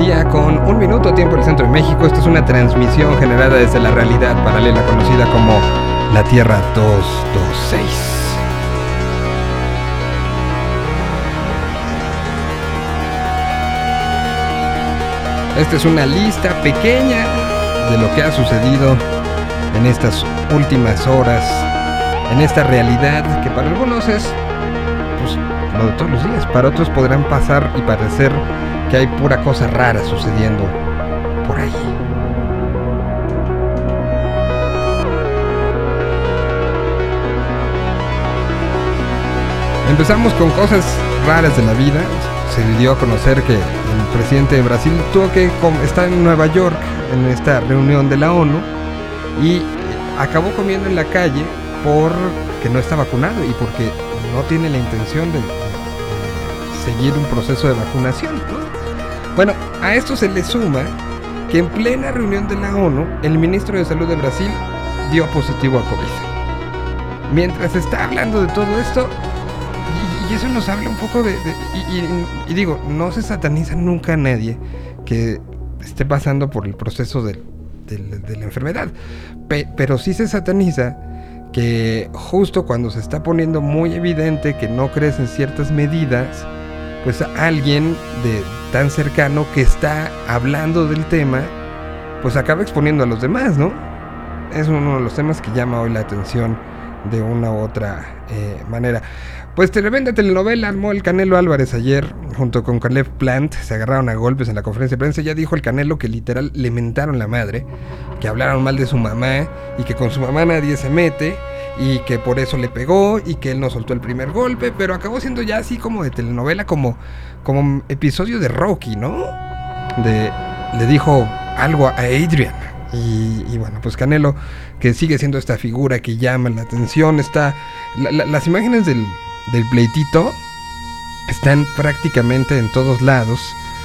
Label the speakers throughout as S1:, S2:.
S1: día con 1 minuto tiempo del centro de México. Esta es una transmisión generada desde la realidad paralela conocida como la Tierra 226. Esta es una lista pequeña de lo que ha sucedido en estas últimas horas, en esta realidad que para algunos es pues lo de todos los días, para otros podrán pasar y parecer que hay pura cosa rara sucediendo por ahí. Empezamos con cosas raras de la vida. Se dio a conocer que el presidente de Brasil tuvo que estar en Nueva York en esta reunión de la ONU y acabó comiendo en la calle porque no está vacunado y porque no tiene la intención de seguir un proceso de vacunación, ¿no? Bueno, a esto se le suma que en plena reunión de la ONU el ministro de Salud de Brasil dio positivo a COVID. Mientras está hablando de todo esto, y eso nos habla un poco y digo, no se sataniza nunca a nadie que esté pasando por el proceso de la enfermedad, pero sí se sataniza que justo cuando se está poniendo muy evidente que no crees en ciertas medidas, pues alguien tan cercano que está hablando del tema, pues acaba exponiendo a los demás, ¿no? Es uno de los temas que llama hoy la atención de una u otra manera. Pues tremenda telenovela armó el Canelo Álvarez ayer junto con Caleb Plant. Se agarraron a golpes en la conferencia de prensa. Ya dijo el Canelo que literal le mentaron la madre, que hablaron mal de su mamá y que con su mamá nadie se mete y que por eso le pegó y que él no soltó el primer golpe, pero acabó siendo ya así como de telenovela, como episodio de Rocky, ¿no? Le dijo algo a Adrian. Y bueno, pues Canelo, que sigue siendo esta figura que llama la atención, las imágenes del pleitito están prácticamente en todos lados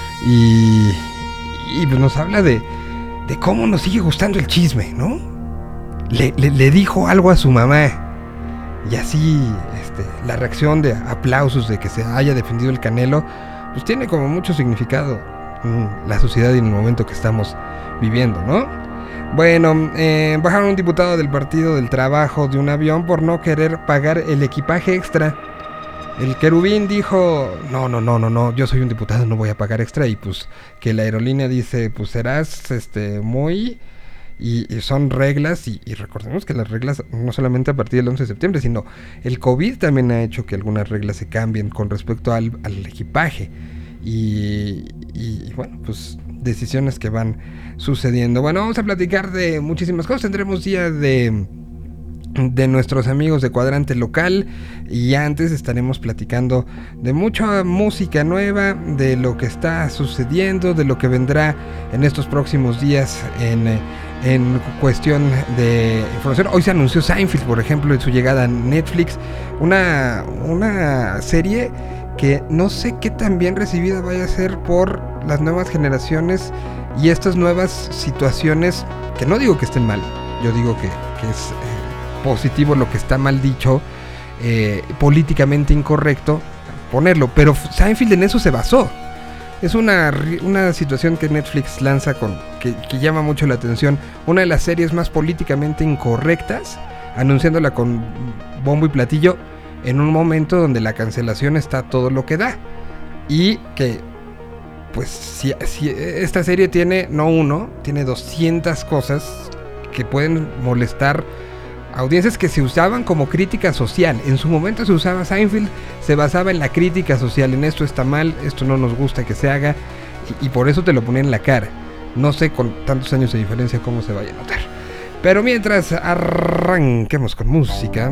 S1: y pues nos habla de cómo nos sigue gustando el chisme, ¿no? Le dijo algo a su mamá y así la reacción de aplausos de que se haya defendido el Canelo, pues tiene como mucho significado en la sociedad y en el momento que estamos viviendo, ¿no? Bueno, bajaron un diputado del Partido del Trabajo de un avión por no querer pagar el equipaje extra. El querubín dijo, no, yo soy un diputado, no voy a pagar extra. Y pues que la aerolínea dice, pues serás muy... Y son reglas, y recordemos que las reglas no solamente a partir del 11 de septiembre, sino el COVID también ha hecho que algunas reglas se cambien con respecto al equipaje. Y bueno, pues decisiones que van sucediendo. Bueno, vamos a platicar de muchísimas cosas. Tendremos día de nuestros amigos de Cuadrante Local y antes estaremos platicando de mucha música nueva, de lo que está sucediendo, de lo que vendrá en estos próximos días en cuestión de información. Hoy se anunció Seinfeld, por ejemplo, en su llegada a Netflix, una serie que no sé qué tan bien recibida vaya a ser por las nuevas generaciones y estas nuevas situaciones, que no digo que estén mal, yo digo que es positivo lo que está mal dicho, políticamente incorrecto ponerlo, pero Seinfeld en eso se basó. Es una situación que Netflix lanza que llama mucho la atención, una de las series más políticamente incorrectas, anunciándola con bombo y platillo en un momento donde la cancelación está todo lo que da. Y que pues si esta serie tiene, tiene 200 cosas que pueden molestar audiencias que se usaban como crítica social. En su momento se usaba Seinfeld, se basaba en la crítica social, en esto está mal, esto no nos gusta que se haga, y por eso te lo ponían en la cara. No sé con tantos años de diferencia cómo se vaya a notar. Pero mientras arranquemos con música,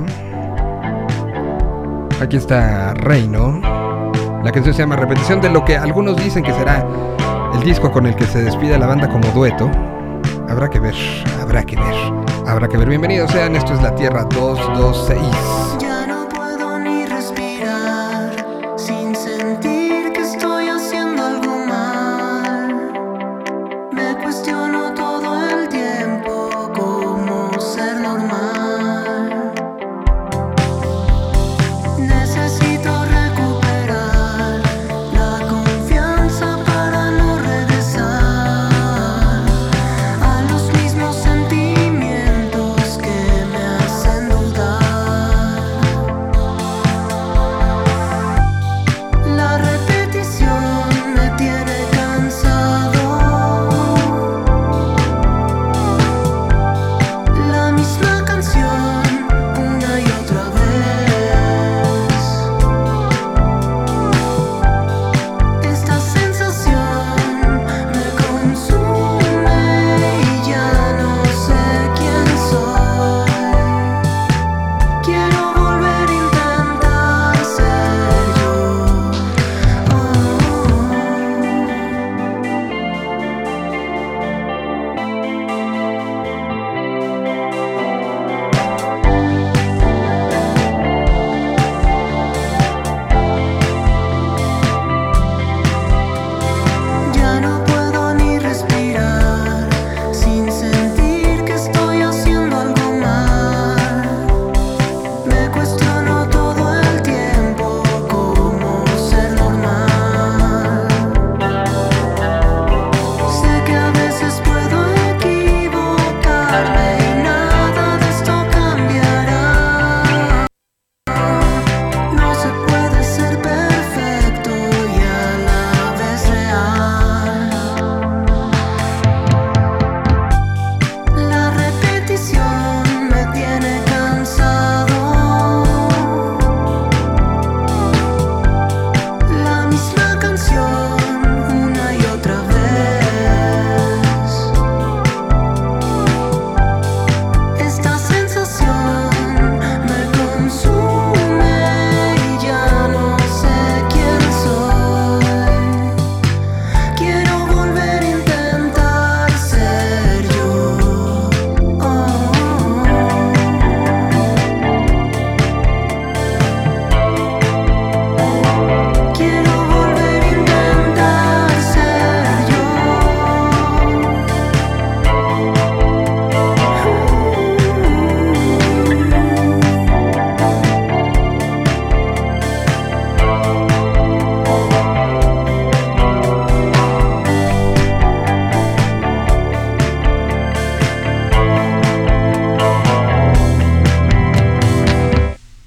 S1: aquí está Reino. La canción se llama Repetición, de lo que algunos dicen que será el disco con el que se despide la banda como dueto. Habrá que ver. Bienvenidos sean, esto es la Tierra 226.
S2: Ya no puedo ni respirar sin sentir que estoy haciendo algo mal. Me cuestiono todo el tiempo cómo ser normal. Necesito recuperar la confianza para no regresar.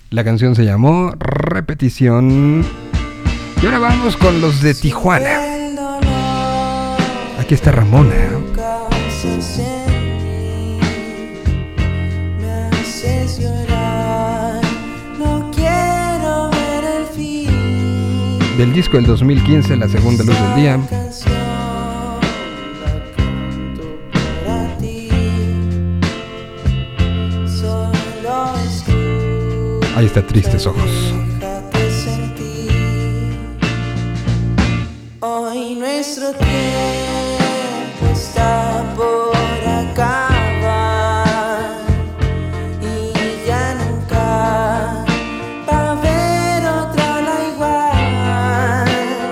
S1: La canción se llamó Repetición. Y ahora vamos con los de Tijuana. Aquí está Ramona. Del disco del 2015, La Segunda Luz del Día. Ahí está, Tristes Ojos.
S3: Hoy nuestro tiempo está por acabar y ya nunca va a haber otra la igual.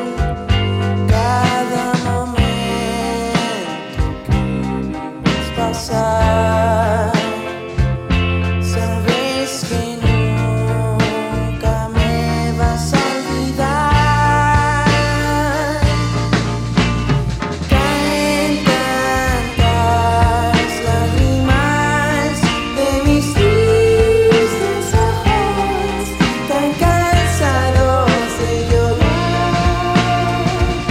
S3: Cada momento que vimos pasar, sabes que nunca me vas a olvidar. Caen tantas lágrimas de mis tristes ojos, tan cansados de llorar.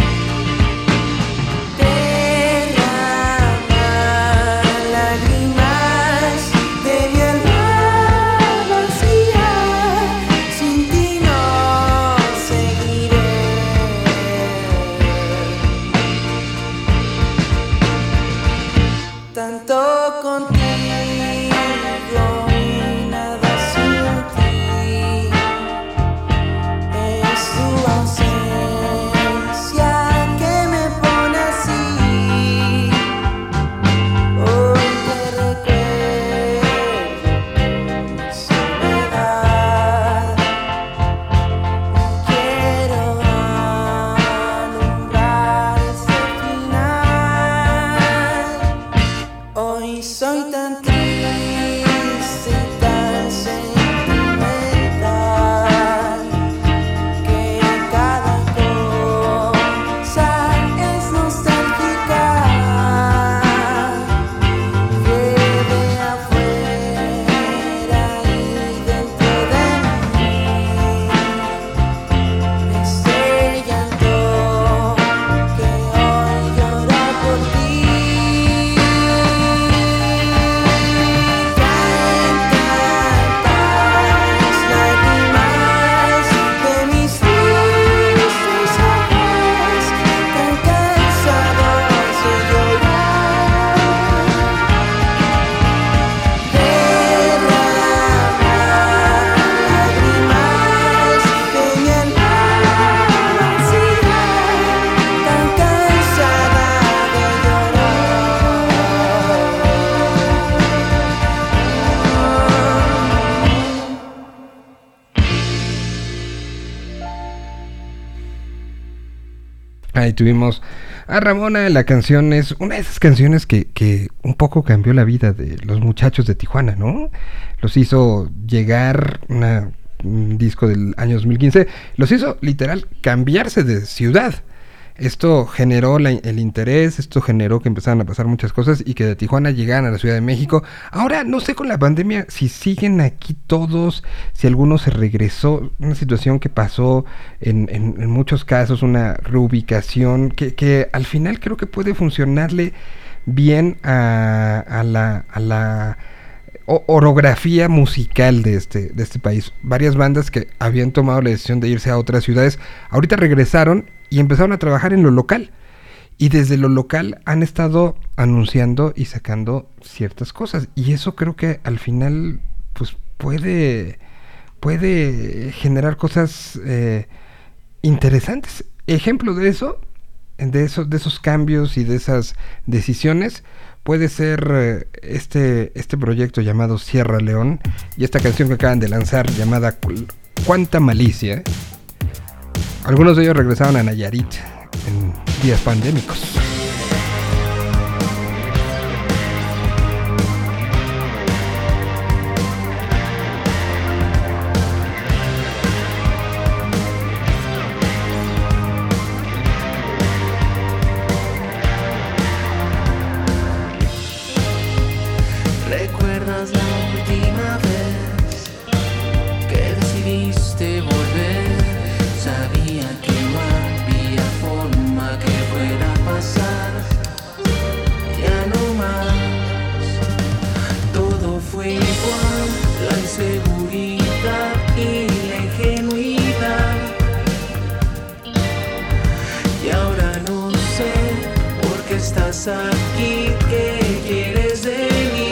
S3: Derraman lágrimas de mi alma vacía, sin ti no seguiré. Tanto contigo y nada sin ti. Es tu ausencia que me pone así. Hoy te recuerdo con soledad. Quiero alumbrar este final. Hoy soy tan triste, tan sentimental, que cada cosa es nostálgica. Llueve afuera y dentro de mí, este llanto que hoy llora por ti. Caen tantas lágrimas de mis tristes ojos, tan cansados de llorar. Derraman lágrimas de mi alma vacía, tan cansada de
S1: Ahí tuvimos a Ramona. La canción es una de esas canciones que un poco cambió la vida de los muchachos de Tijuana, ¿no? Los hizo llegar un disco del año 2015, los hizo literal cambiarse de ciudad. Esto generó el interés, esto generó que empezaran a pasar muchas cosas y que de Tijuana llegaran a la Ciudad de México. Ahora, no sé con la pandemia si siguen aquí todos, si alguno se regresó, una situación que pasó en muchos casos, una reubicación que al final creo que puede funcionarle bien a la orografía musical de este país. Varias bandas que habían tomado la decisión de irse a otras ciudades, ahorita regresaron y empezaron a trabajar en lo local. Y desde lo local han estado anunciando y sacando ciertas cosas. Y eso creo que al final pues puede generar cosas interesantes. Ejemplo de esos cambios y de esas decisiones puede ser este proyecto llamado Sierra León y esta canción que acaban de lanzar llamada Cuánta Malicia. Algunos de ellos regresaron a Nayarit en días pandémicos.
S3: ¿Recuerdas la última vez que
S2: dijiste volver, sabía que no había forma que fuera a pasar. Ya no más, todo fue igual, la inseguridad y la ingenuidad. Y ahora no sé por qué estás aquí, qué quieres de mí.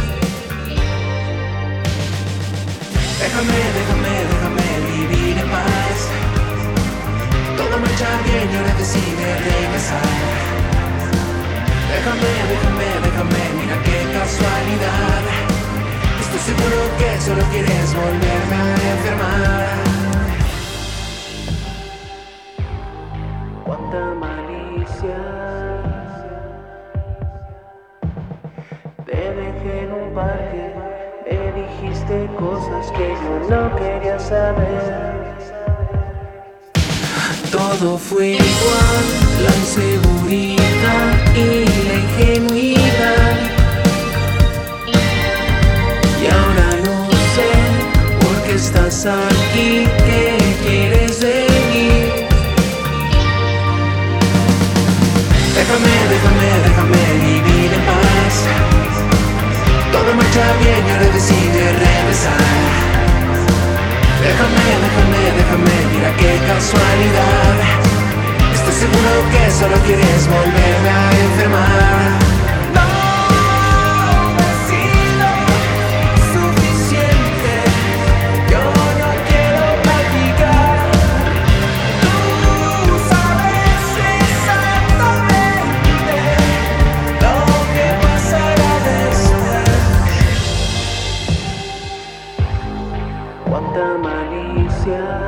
S2: Déjame vivir en paz. Todo marcha bien y ahora decide regresar. Déjame, mira qué casualidad. Estoy seguro que solo quieres volverme a enfermar. Cuánta malicia. Te dejé en un parque, me dijiste cosas que yo no quería saber. Todo fue igual, la inseguridad y la ingenuidad. Y ahora no sé por qué estás aquí, qué quieres de mí. Déjame vivir en paz. Todo marcha bien y ahora decide regresar. Déjame, mira qué casualidad. Estoy seguro que solo quieres volverme a enfermar. No me ha sido suficiente. Yo no quiero practicar. Tú sabes exactamente lo que pasará después. Cuánta malicia.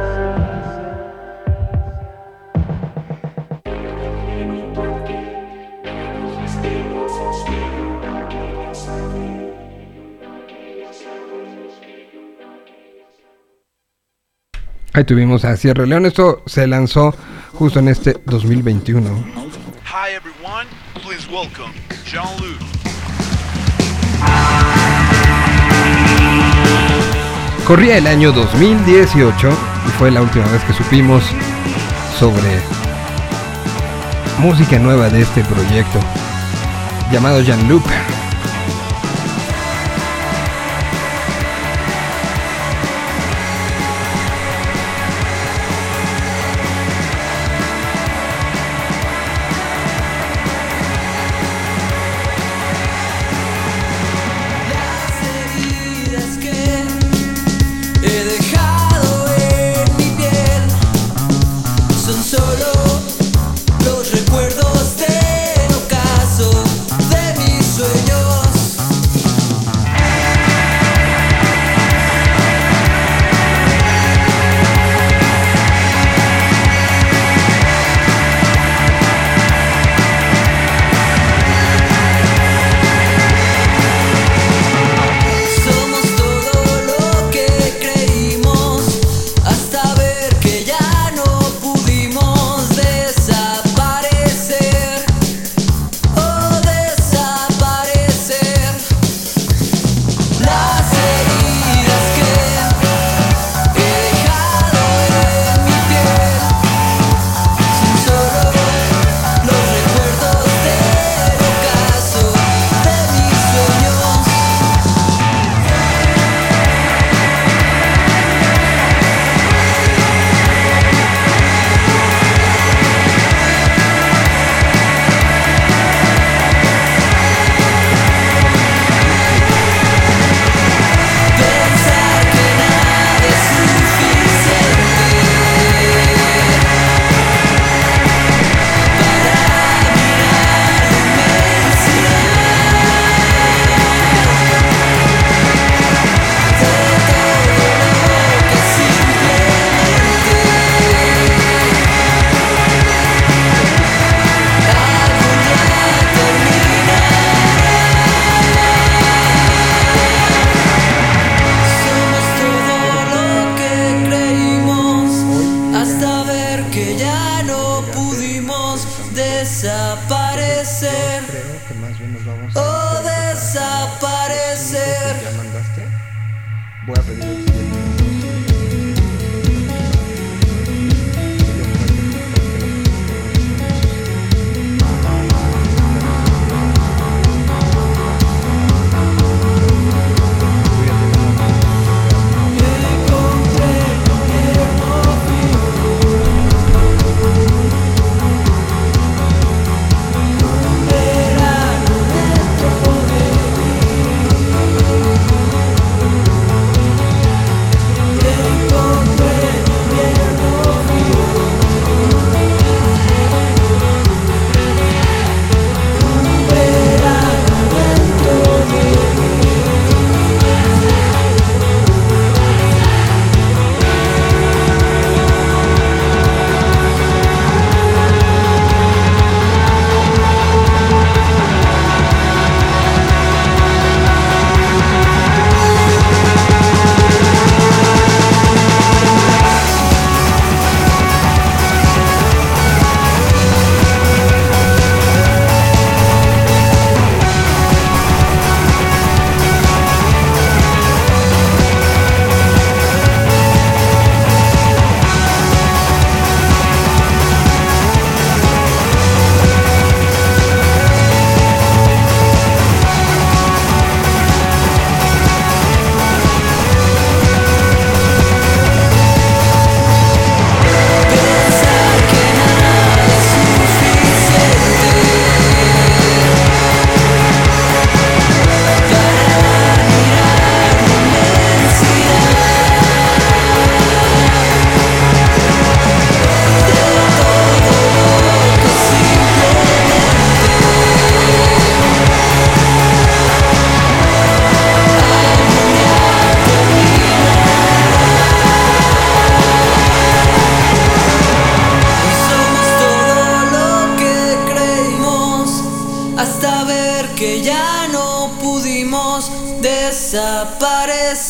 S1: Ahí tuvimos a Sierra León. Esto se lanzó justo en este 2021.
S4: Hi everyone, please welcome Jean-Luc.
S1: Corría el año 2018 y fue la última vez que supimos sobre música nueva de este proyecto llamado Jean-Luc.
S3: desaparecer.
S1: Creo que más bien nos vamos
S3: Oh,
S1: a
S3: desaparecer.
S1: ¿Ya mandaste? Voy a pedir el siguiente.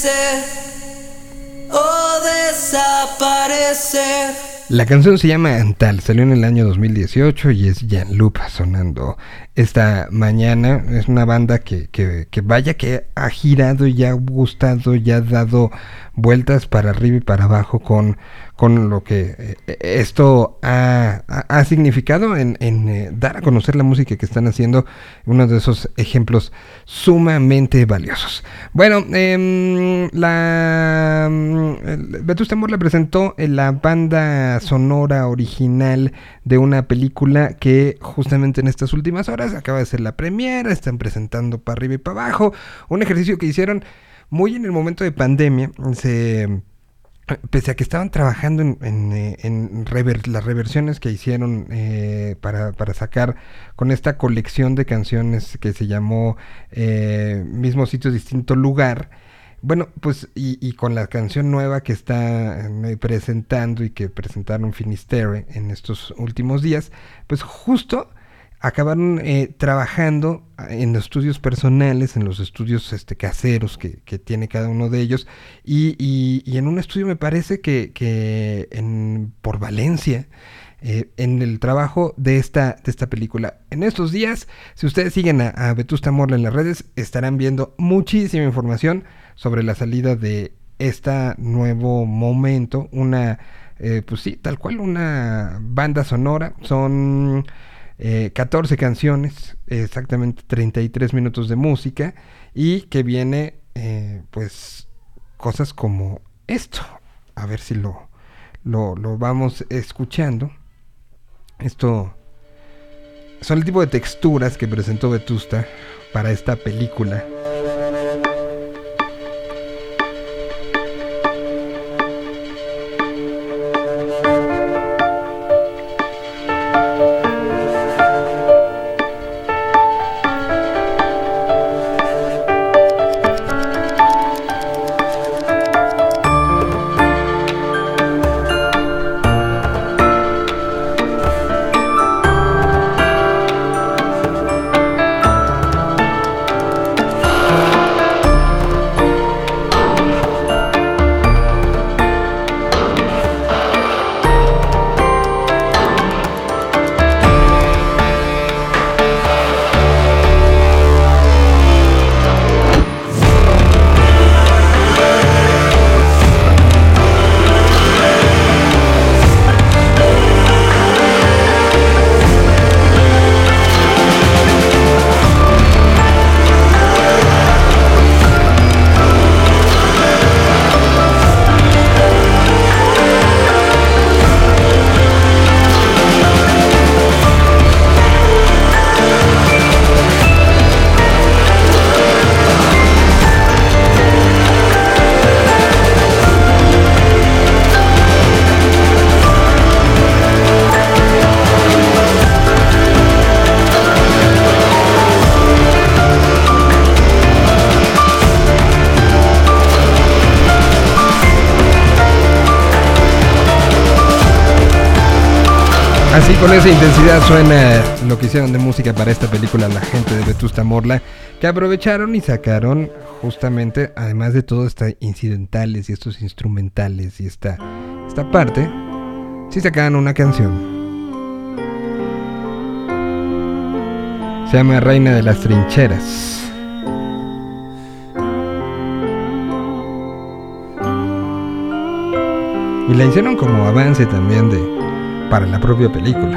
S3: crecer o desaparecer.
S1: La canción se llama Antal, salió en el año 2018 y es Jean-Luc sonando esta mañana. Es una banda que vaya que ha girado y ha gustado y ha dado vueltas para arriba y para abajo con lo que esto ha significado en dar a conocer la música que están haciendo, uno de esos ejemplos sumamente valiosos. Bueno, Vetusta Morla presentó la banda sonora original de una película que justamente en estas últimas horas acaba de ser la premiera, están presentando para arriba y para abajo, un ejercicio que hicieron muy en el momento de pandemia. Pese a que estaban trabajando en las reversiones que hicieron para sacar con esta colección de canciones que se llamó Mismo Sitio, Distinto Lugar. Bueno, pues y con la canción nueva que está presentando y que presentaron Finisterre en estos últimos días, pues justo acabaron trabajando en los estudios personales, en los estudios caseros que tiene cada uno de ellos, y en un estudio me parece que por Valencia, en el trabajo de esta película. En estos días, si ustedes siguen a Vetusta Morla en las redes, estarán viendo muchísima información sobre la salida de este nuevo momento, pues sí, tal cual una banda sonora. Son 14 canciones, exactamente 33 minutos de música, y que viene pues cosas como esto. A ver si lo vamos escuchando. Esto son el tipo de texturas que presentó Vetusta para esta película. Así, con esa intensidad suena lo que hicieron de música para esta película la gente de Vetusta Morla, que aprovecharon y sacaron justamente, además de todo, estas incidentales y estos instrumentales y esta parte, sí sacaron una canción. Se llama Reina de las Trincheras. Y la hicieron como avance también para la propia película.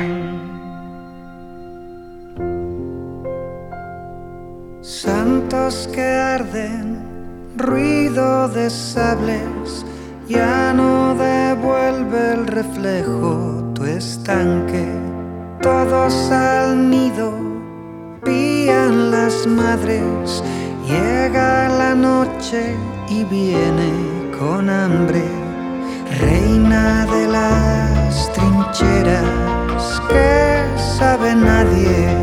S3: Santos que arden, ruido de sables, ya no devuelve el reflejo tu estanque. Todos al nido pían las madres, llega la noche y viene con hambre. Reina de las trincheras, que sabe nadie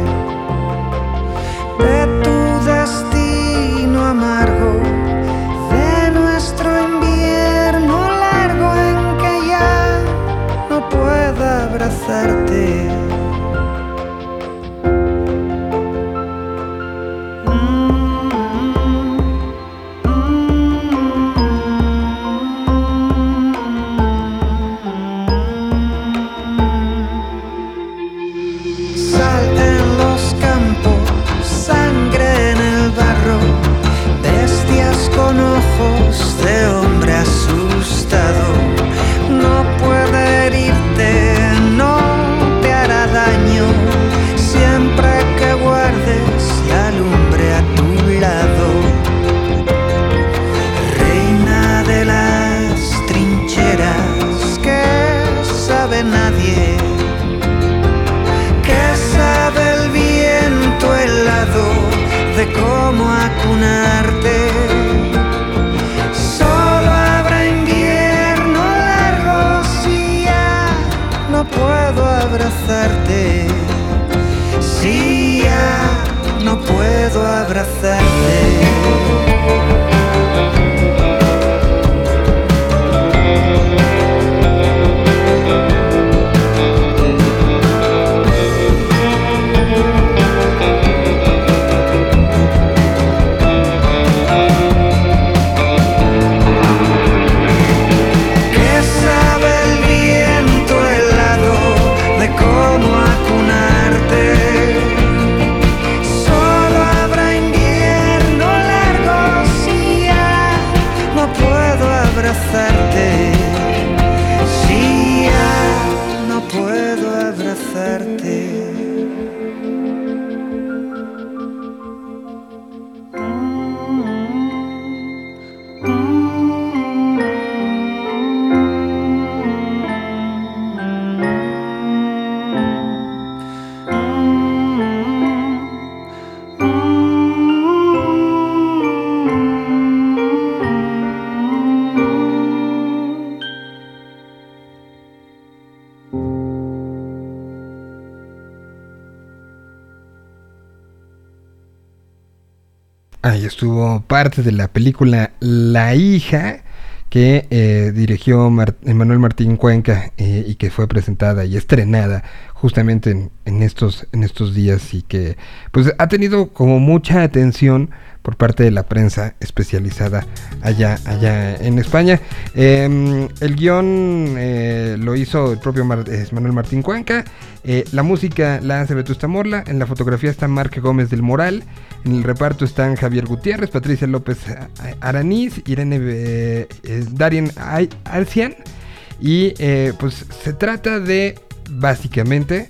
S3: de tu destino amargo, de nuestro invierno largo en que ya no puedo abrazarte. de nadie. ¿Qué sabe el viento helado de cómo acunarte? Solo habrá invierno largo si ya no puedo abrazarte. Si ya no puedo abrazarte. Si ya no puedo abrazarte.
S1: Ahí estuvo parte de la película La hija, que dirigió Manuel Martín Cuenca, y que fue presentada y estrenada justamente en estos días, y que pues ha tenido como mucha atención por parte de la prensa especializada allá en España. El guión lo hizo el propio Manuel Martín Cuenca. La música la hace Vetusta Morla. En la fotografía está Marc Gómez del Moral. En el reparto están Javier Gutiérrez, Patricia López Araniz, Irene Darien Arcian. Y pues se trata de, básicamente,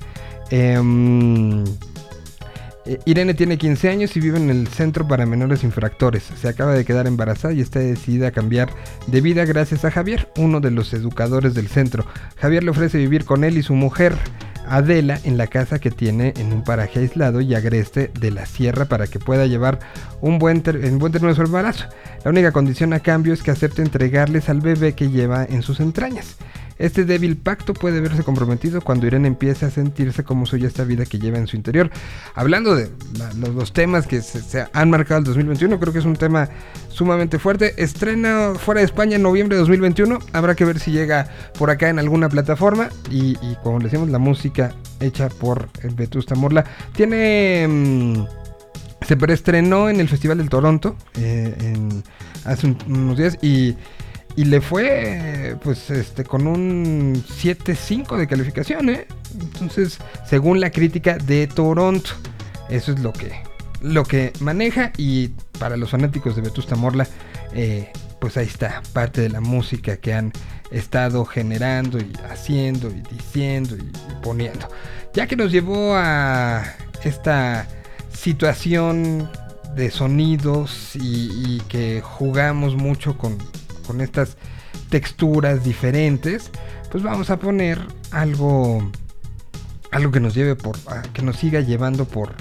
S1: Irene tiene 15 años y vive en el centro para menores infractores. Se acaba de quedar embarazada y está decidida a cambiar de vida gracias a Javier, uno de los educadores del centro. Javier le ofrece vivir con él y su mujer Adela en la casa que tiene en un paraje aislado y agreste de la sierra para que pueda llevar en buen término su embarazo. La única condición a cambio es que acepte entregarles al bebé que lleva en sus entrañas. Este débil pacto puede verse comprometido cuando Irene empiece a sentirse como suya esta vida que lleva en su interior. Hablando de los temas que se han marcado el 2021, creo que es un tema sumamente fuerte. Estrena fuera de España en noviembre de 2021. Habrá que ver si llega por acá en alguna plataforma. Y como le decimos, la música hecha por Vetusta Morla. Se preestrenó en el Festival del Toronto hace unos días y le fue pues con un 7.5 de calificación, Entonces, según la crítica de Toronto, eso es lo que maneja. Y para los fanáticos de Vetusta Morla, pues ahí está parte de la música que han estado generando y haciendo y diciendo y poniendo. Ya que nos llevó a esta situación de sonidos y que jugamos mucho con estas texturas diferentes, pues vamos a poner algo que nos lleve que nos siga llevando por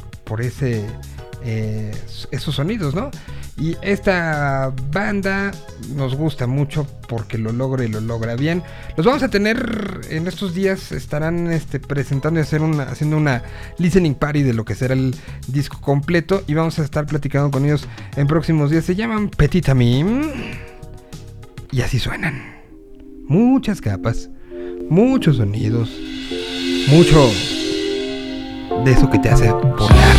S1: esos sonidos, ¿no? Y esta banda nos gusta mucho porque lo logra y lo logra bien. Los vamos a tener en estos días, estarán presentando y haciendo una listening party de lo que será el disco completo, y vamos a estar platicando con ellos en próximos días. Se llaman Petit Ami. Y así suenan. Muchas capas, muchos sonidos, mucho de eso que te hace volar.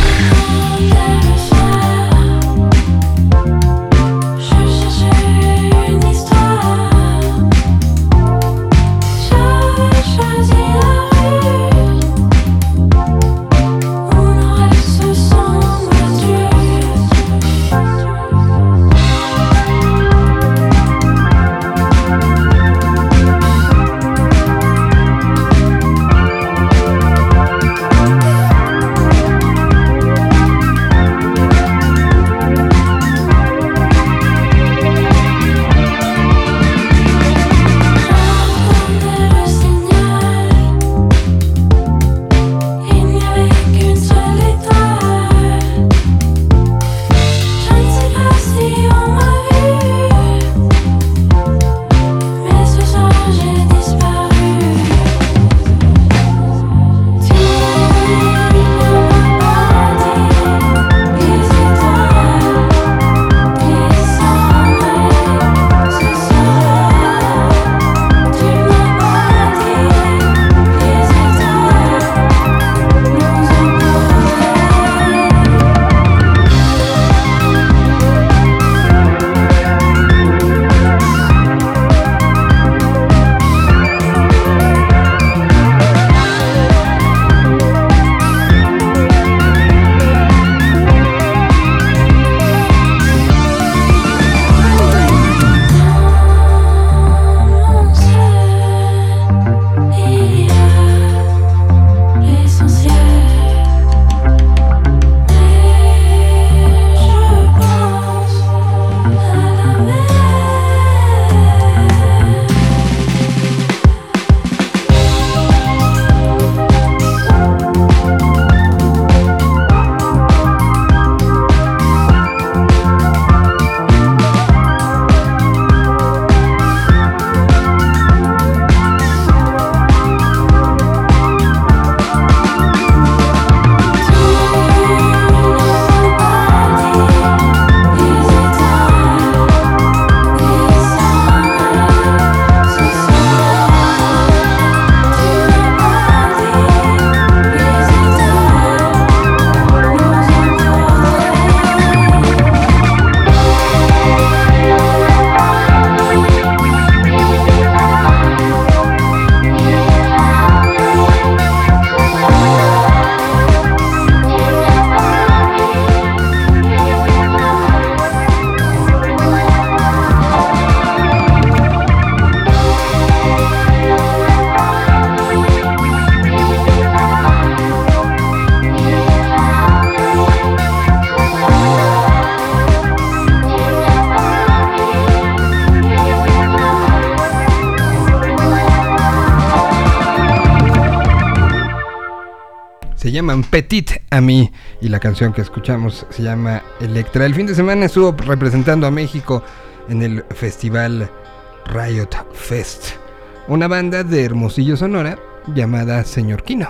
S1: le llaman Petit Ami, y la canción que escuchamos se llama Electra. El fin de semana estuvo representando a México en el festival Riot Fest, una banda de Hermosillo, Sonora, llamada Señor Kino.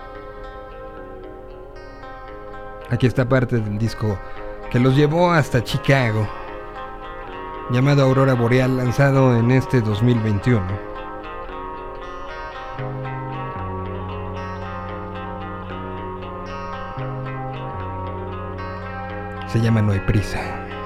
S1: Aquí está parte del disco que los llevó hasta Chicago, llamado Aurora Boreal, lanzado en este 2021. Se llama No hay prisa.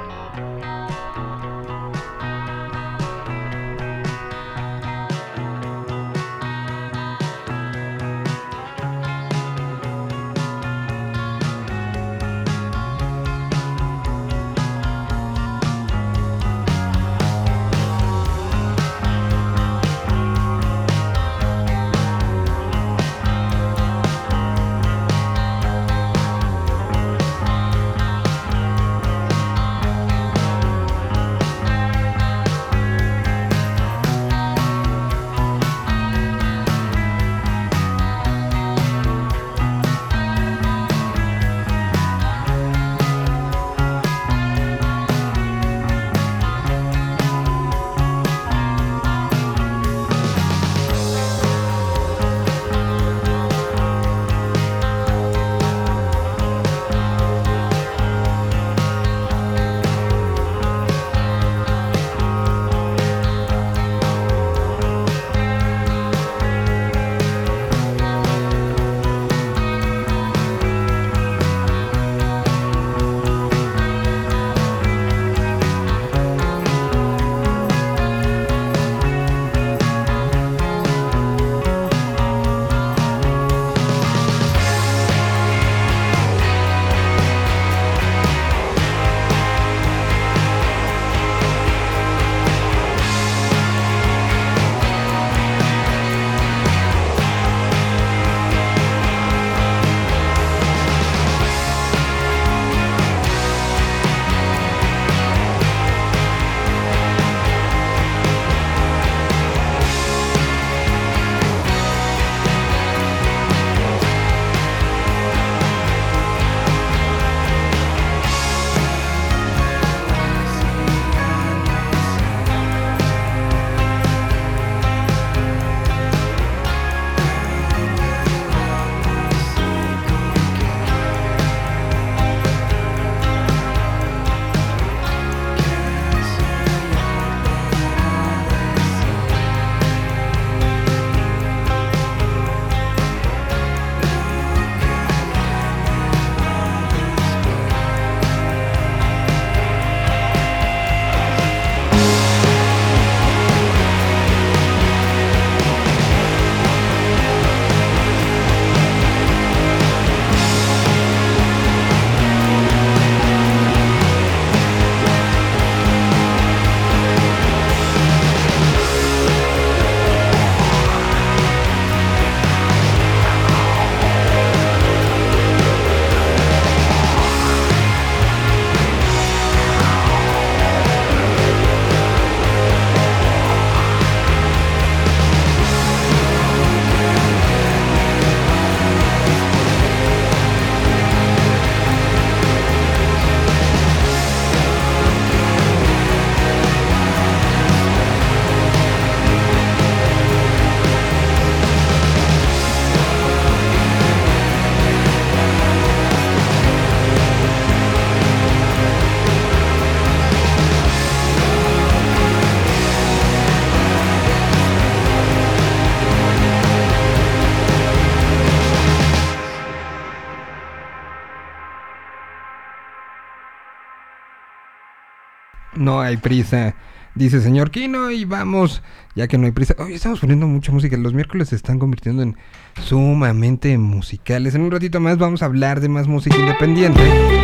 S1: No hay prisa, dice Señor Kino, y vamos, ya que no hay prisa. Hoy estamos poniendo mucha música, los miércoles se están convirtiendo en sumamente musicales. En un ratito más vamos a hablar de más música independiente,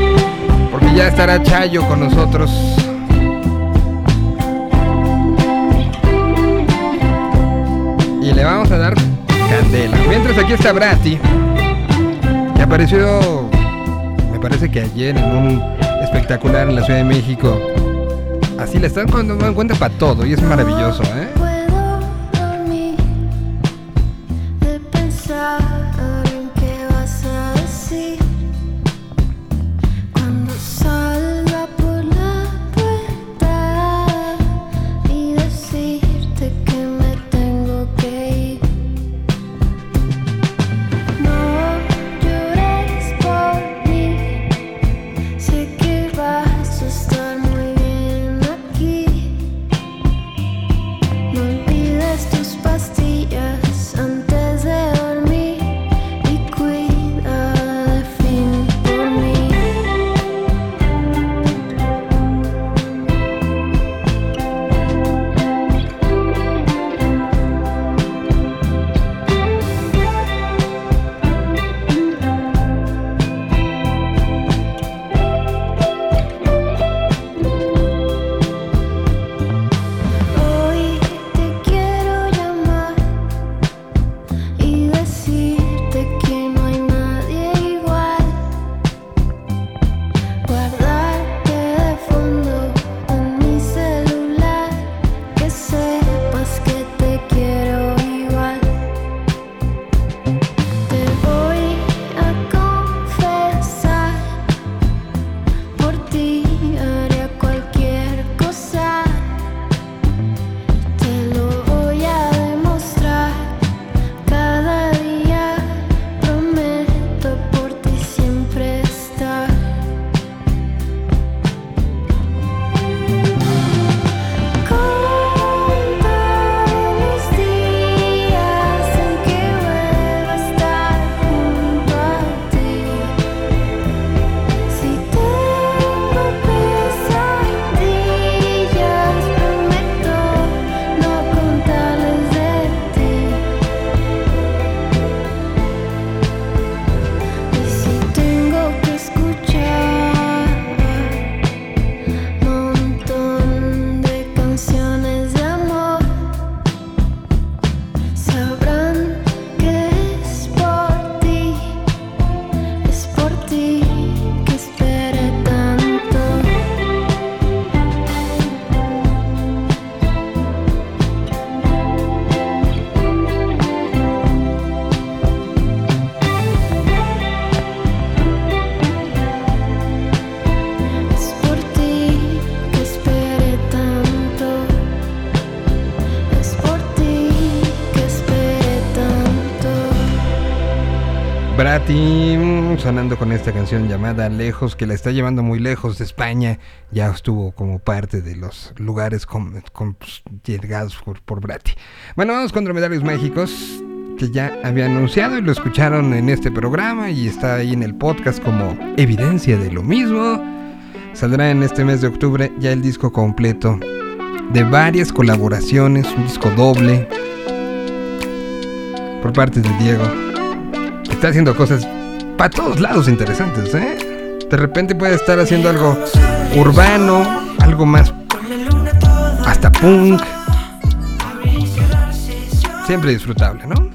S1: porque ya estará Chayo con nosotros. Y le vamos a dar candela. Mientras aquí está Bratti, que apareció, me parece que ayer en un espectacular en la Ciudad de México. Así le están tomando en cuenta para todo y es maravilloso, ¿eh?
S5: Puedo dormir de pensar en qué vas a decir.
S1: Bratti sonando con esta canción llamada Lejos, que la está llevando muy lejos de España. Ya estuvo como parte de los lugares llegados por Bratti. Bueno, vamos con Dromedarios Mágicos, que ya había anunciado y lo escucharon en este programa y está ahí en el podcast como evidencia de lo mismo. Saldrá en este mes de octubre ya el disco completo de varias colaboraciones, un disco doble por parte de Diego. Está haciendo cosas para todos lados interesantes, ¿eh? De repente puede estar haciendo algo urbano, algo más hasta punk. Siempre disfrutable, ¿no?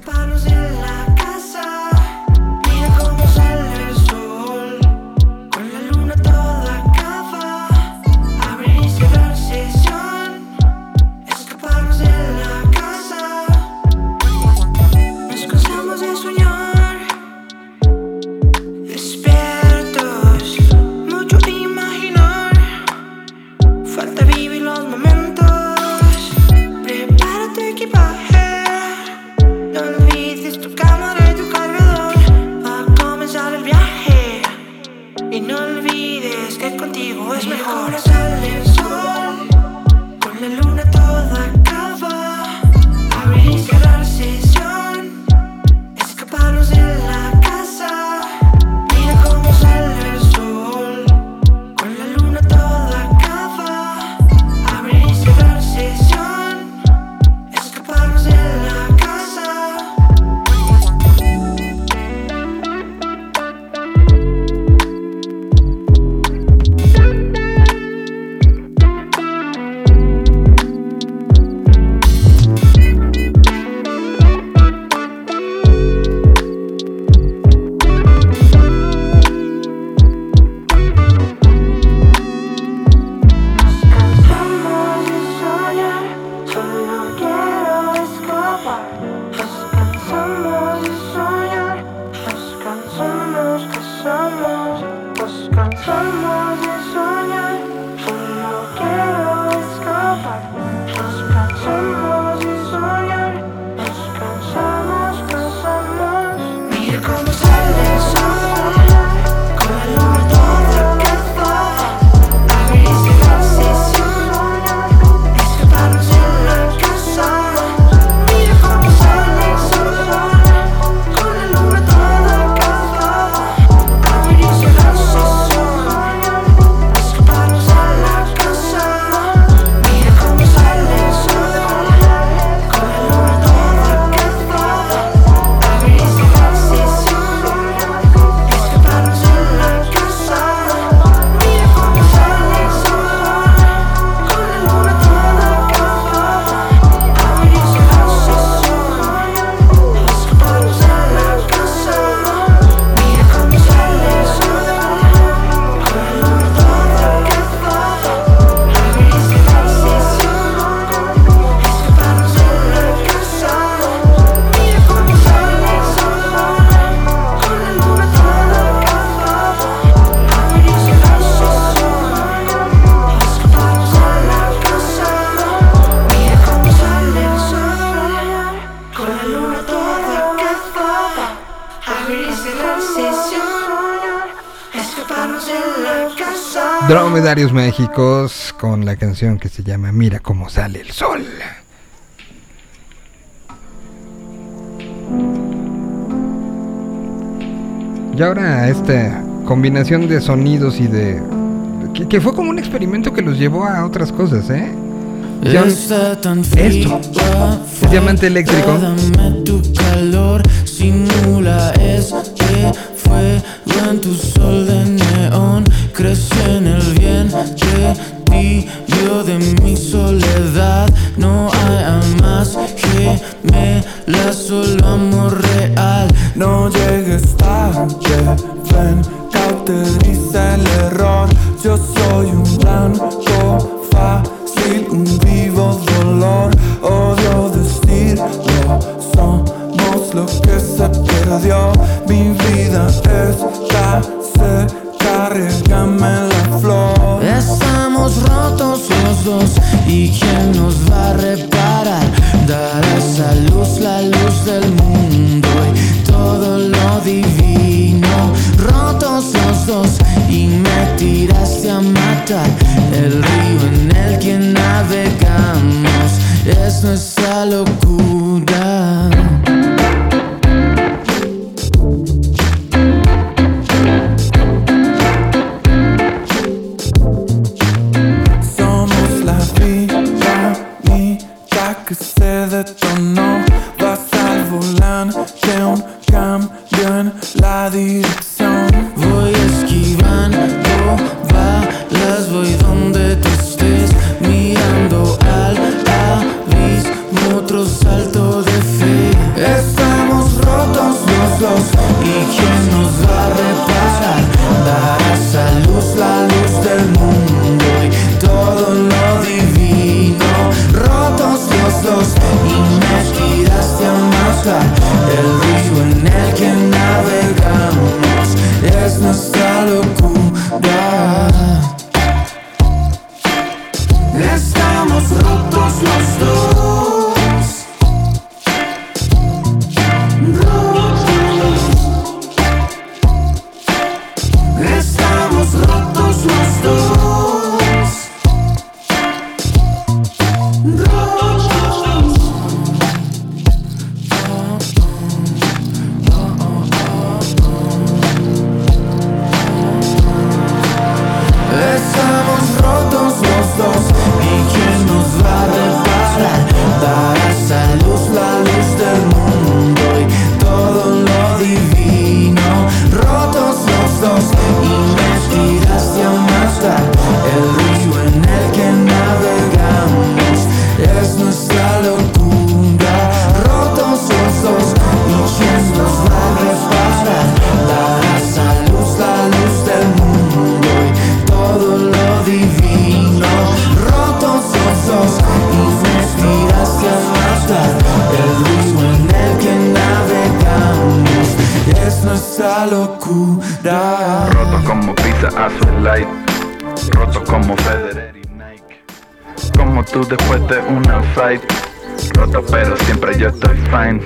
S1: Dromedarios Mágicos con la canción que se llama Mira cómo sale el sol. Y ahora esta combinación de sonidos y de... que fue como un experimento que los llevó a otras cosas, ¿eh? Esto es Diamante Eléctrico.
S5: Dame tu calor, simula este fuego en tu sol de neón. Crece en el vientre tibio de mi soledad. No hay más gemela, solo amor real.
S3: No llegues tarde, ven, cauteriza el error. Yo soy un blanco fácil, un vivo dolor. Odio decirlo, somos lo que se perdió. Mi vida está seca, regame la flor.
S5: Estamos rotos los dos, ¿y quién nos va a reparar? Dar a esa luz la luz del mundo y todo lo divino. nuestra locura.
S3: Somos la dinamita que se detonó. Vas al volante, un cambio en la dirección.
S5: Voy esquivando balas, voy donde tú estés, mirando al abismo, otro salto de fe.
S3: Estamos rotos los dos.
S5: ¿Y quién nos va a reparar? Darás a luz la luz del mundo y todo lo divino. Rotos los dos y me tiraste a matar. El río en el que navegamos es nuestra locura. Estamos rotos los dos. Estamos rotos los dos.
S3: Estamos rotos los dos.
S5: ¿Y quién nos va a reparar? Darás a luz la luz del mundo y todo lo divino. Rotos los dos y me tiraste a matar. El río en el que navegamos es nuestra locura. Rotos los dos y quién nos va a reparar? Darás a luz la luz del mundo y todo lo divino. Rotos los dos y me tiraste a matar. El río en el que navegamos es nuestra locura.
S6: Roto como pizza azul light, roto como Federer y Nike, como tú después de una fight, roto pero siempre yo estoy fine.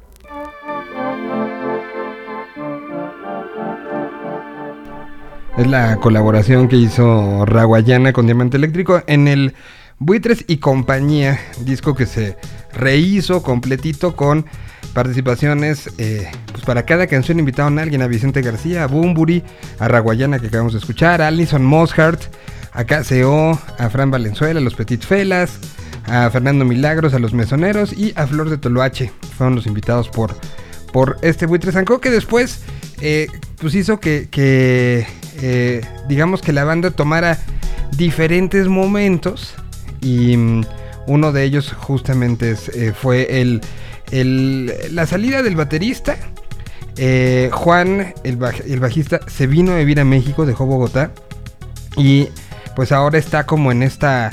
S1: Es la colaboración que hizo Raguayana con Diamante Eléctrico en el Buitres y Compañía, disco que se rehizo completito con participaciones, pues para cada canción invitaron a alguien: a Vicente García, a Bunbury, a Raguayana que acabamos de escuchar, a Alison Mosshart, a KCO, a Fran Valenzuela, a los Petit Felas, a Fernando Milagros, a los Mesoneros y a Flor de Toloache. Fueron los invitados por este Buitres Anco, que después pues hizo que digamos que la banda tomara diferentes momentos, y uno de ellos justamente fue la salida del baterista. Juan, el bajista, se vino a vivir a México, dejó Bogotá, y pues ahora está como en esta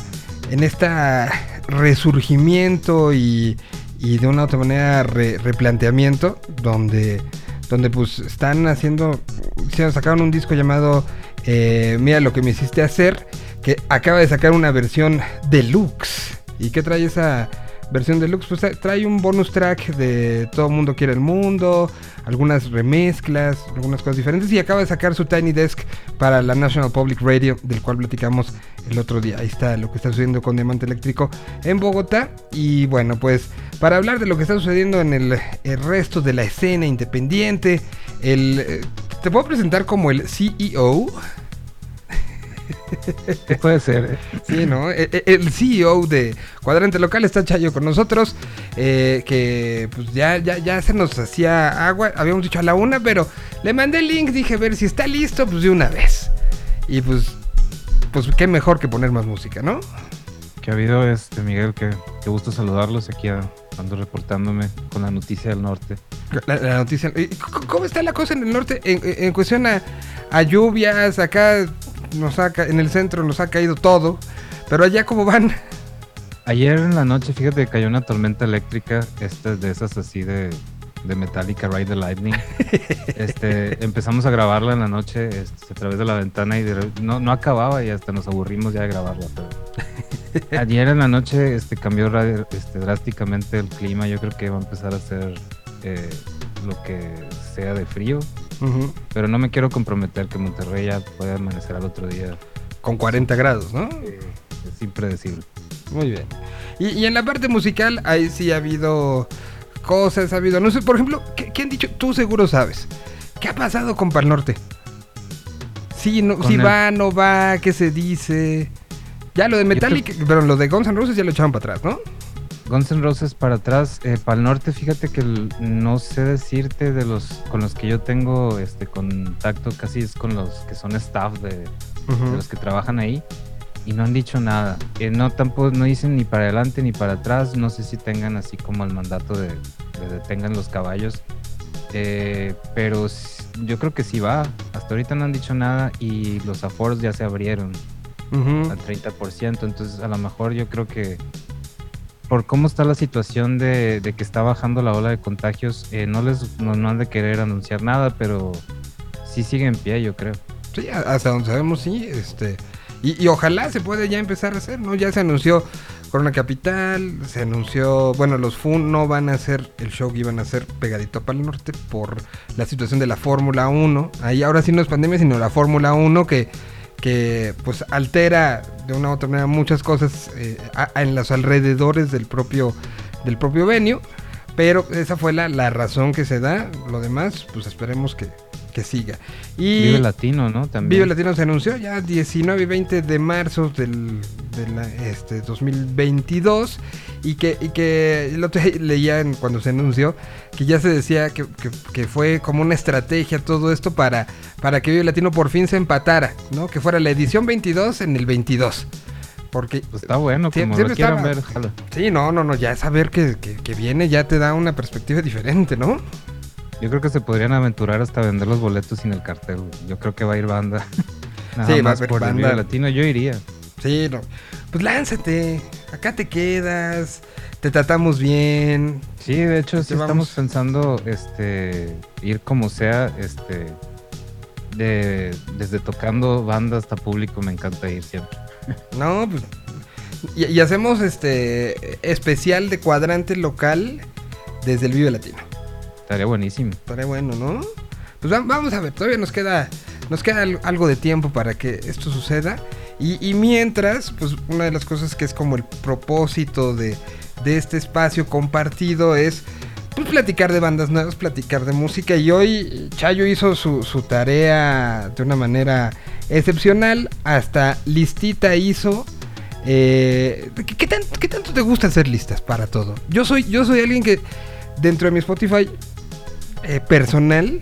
S1: resurgimiento y de una otra manera replanteamiento, donde pues sacaron un disco llamado Mira lo que me hiciste hacer, que acaba de sacar una versión deluxe. ¿Y qué trae esa versión deluxe? Pues trae un bonus track de Todo Mundo Quiere el Mundo, algunas remezclas, algunas cosas diferentes, y acaba de sacar su Tiny Desk para la National Public Radio, del cual platicamos el otro día. Ahí está lo que está sucediendo con Diamante Eléctrico en Bogotá. Y bueno, pues para hablar de lo que está sucediendo en el resto de la escena independiente, te puedo presentar como el CEO.
S7: ¿Qué puede ser?
S1: Sí, ¿no? El CEO de Cuadrante Local está Chayo con nosotros, que pues ya se nos hacía agua. Habíamos dicho a la 1, pero le mandé el link, dije a ver si está listo, pues de una vez. Y pues qué mejor que poner más música, ¿no?
S7: ¿Qué ha habido, Miguel? Qué gusto saludarlos. Aquí ando reportándome con la noticia del norte.
S1: La noticia. ¿Cómo está la cosa en el norte en cuestión a lluvias? Acá en el centro nos ha caído todo, pero allá ¿cómo van?
S7: Ayer en la noche, fíjate que cayó una tormenta eléctrica, de esas así de Metallica, Ride the Lightning. Empezamos a grabarla en la noche a través de la ventana, y no acababa, y hasta nos aburrimos ya de grabarla. Pero ayer en la noche cambió drásticamente el clima. Yo creo que va a empezar a hacer lo que sea de frío. Uh-huh. Pero no me quiero comprometer que Monterrey ya pueda amanecer al otro día
S1: con 40 grados, ¿no?
S7: Es impredecible.
S1: Muy bien. Y en la parte musical, ahí sí ha habido cosas, ha habido... No sé, por ejemplo, ¿qué han dicho? Tú seguro sabes. ¿Qué ha pasado con Pal Norte? Sí, no, si va, no va, ¿qué se dice? Ya lo de Metallica, pero lo de Guns N' Roses ya lo echaron para atrás, ¿no?
S7: Guns N' Roses para atrás, Pal Norte, fíjate que no sé decirte de los con los que yo tengo contacto, casi es con los que son staff de los que trabajan ahí, y no han dicho nada. No tampoco no dicen ni para adelante ni para atrás, no sé si tengan así como el mandato de detengan los caballos, pero yo creo que sí va. Hasta ahorita no han dicho nada y los aforos ya se abrieron al 30%, entonces a lo mejor yo creo que por cómo está la situación de que está bajando la ola de contagios, no han de querer anunciar nada, pero sí sigue en pie, yo creo.
S1: Sí, hasta donde sabemos, sí. Y ojalá se pueda ya empezar a hacer, ¿no? Ya se anunció Corona Capital, se anunció... Bueno, los FUN no van a hacer el show que iban a hacer pegadito a Pal Norte por la situación de la Fórmula 1. Ahí ahora sí no es pandemia, sino la Fórmula 1 que pues altera de una u otra manera muchas cosas en los alrededores del propio venue, pero esa fue la razón que se da. Lo demás, pues esperemos que siga. Y
S7: Vive Latino, ¿no? También.
S1: Vive Latino se anunció ya 19 y 20 de marzo del 2022 y que el otro día leía cuando se anunció que ya se decía que fue como una estrategia todo esto para que Vive Latino por fin se empatara, ¿no? Que fuera la edición 22 en el 22. Porque
S7: pues está bueno, como lo quieran ver, jalo.
S1: Sí, no, ya saber que viene ya te da una perspectiva diferente, ¿no?
S7: Yo creo que se podrían aventurar hasta vender los boletos sin el cartel. Yo creo que va a ir banda. Nada
S1: sí,
S7: más
S1: va a haber
S7: por
S1: banda.
S7: el Vive Latino, yo iría.
S1: Sí, no. Pues lánzate, acá te quedas, te tratamos bien.
S7: Sí, de hecho sí
S1: vamos.
S7: estamos pensando ir como sea, desde tocando banda hasta público, me encanta ir siempre.
S1: No, pues y hacemos especial de cuadrante local desde el Vive Latino.
S7: Estaría buenísimo.
S1: Estaría bueno, ¿no? Pues vamos a ver, todavía nos queda algo de tiempo para que esto suceda. Y mientras, pues una de las cosas que es como el propósito de este espacio compartido es pues platicar de bandas nuevas, platicar de música. Y hoy Chayo hizo su tarea de una manera excepcional. Hasta listita hizo. ¿Qué tanto te gusta hacer listas para todo? Yo soy alguien que dentro de mi Spotify personal,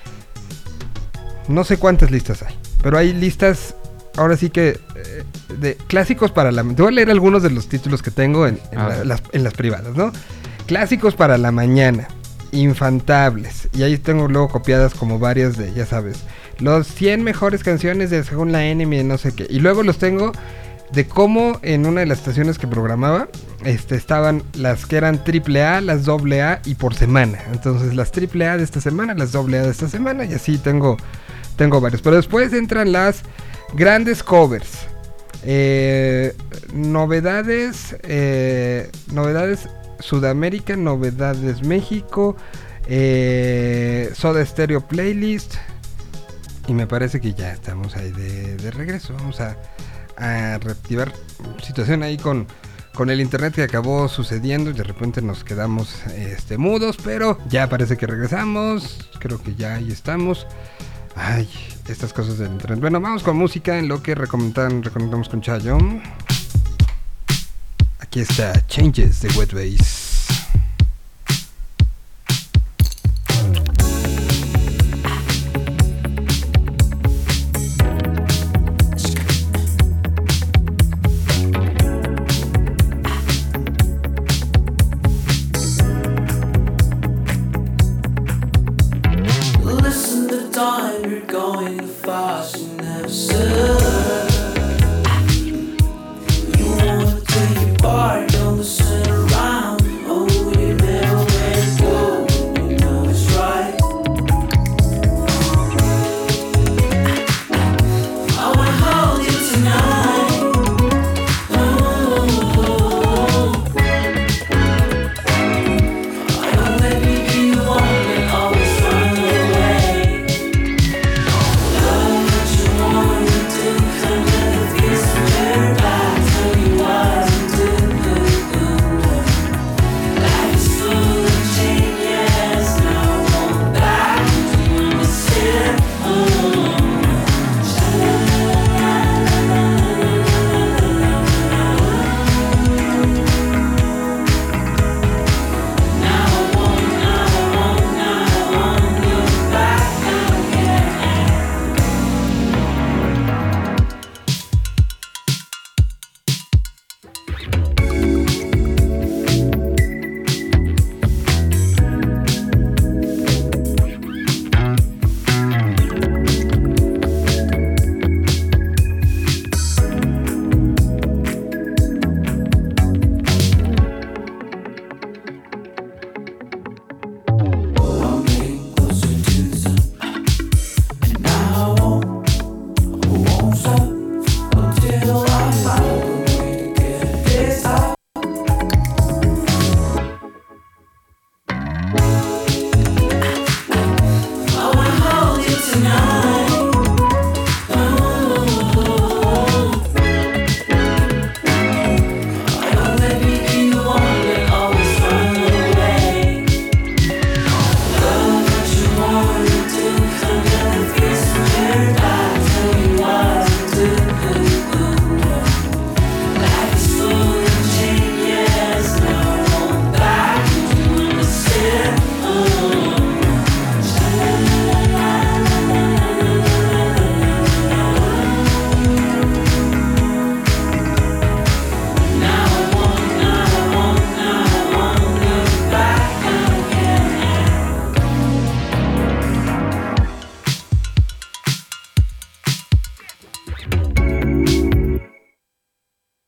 S1: no sé cuántas listas hay, pero hay listas ahora sí que de clásicos para la... Te voy a leer algunos de los títulos que tengo en las privadas, ¿no? Clásicos para la mañana, infantables, y ahí tengo luego copiadas como varias de, ya sabes, los 100 mejores canciones de según la Enemy de no sé qué, y luego los tengo de cómo en una de las estaciones que programaba estaban las que eran AAA, las AA y por semana. Entonces las AAA de esta semana, las AA de esta semana, y así tengo varios. Pero después entran las grandes covers, novedades Sudamérica, novedades México, Soda Stereo Playlist, y me parece que ya estamos ahí de regreso. Vamos a reactivar situación ahí con el internet que acabó sucediendo y de repente nos quedamos mudos, pero ya parece que regresamos. Creo que ya ahí estamos. Ay, estas cosas del internet. Bueno, vamos con música en lo que recomendamos con Chayo. Aquí está Changes de Wet Bass.
S5: You wanna take your part, don't listen around.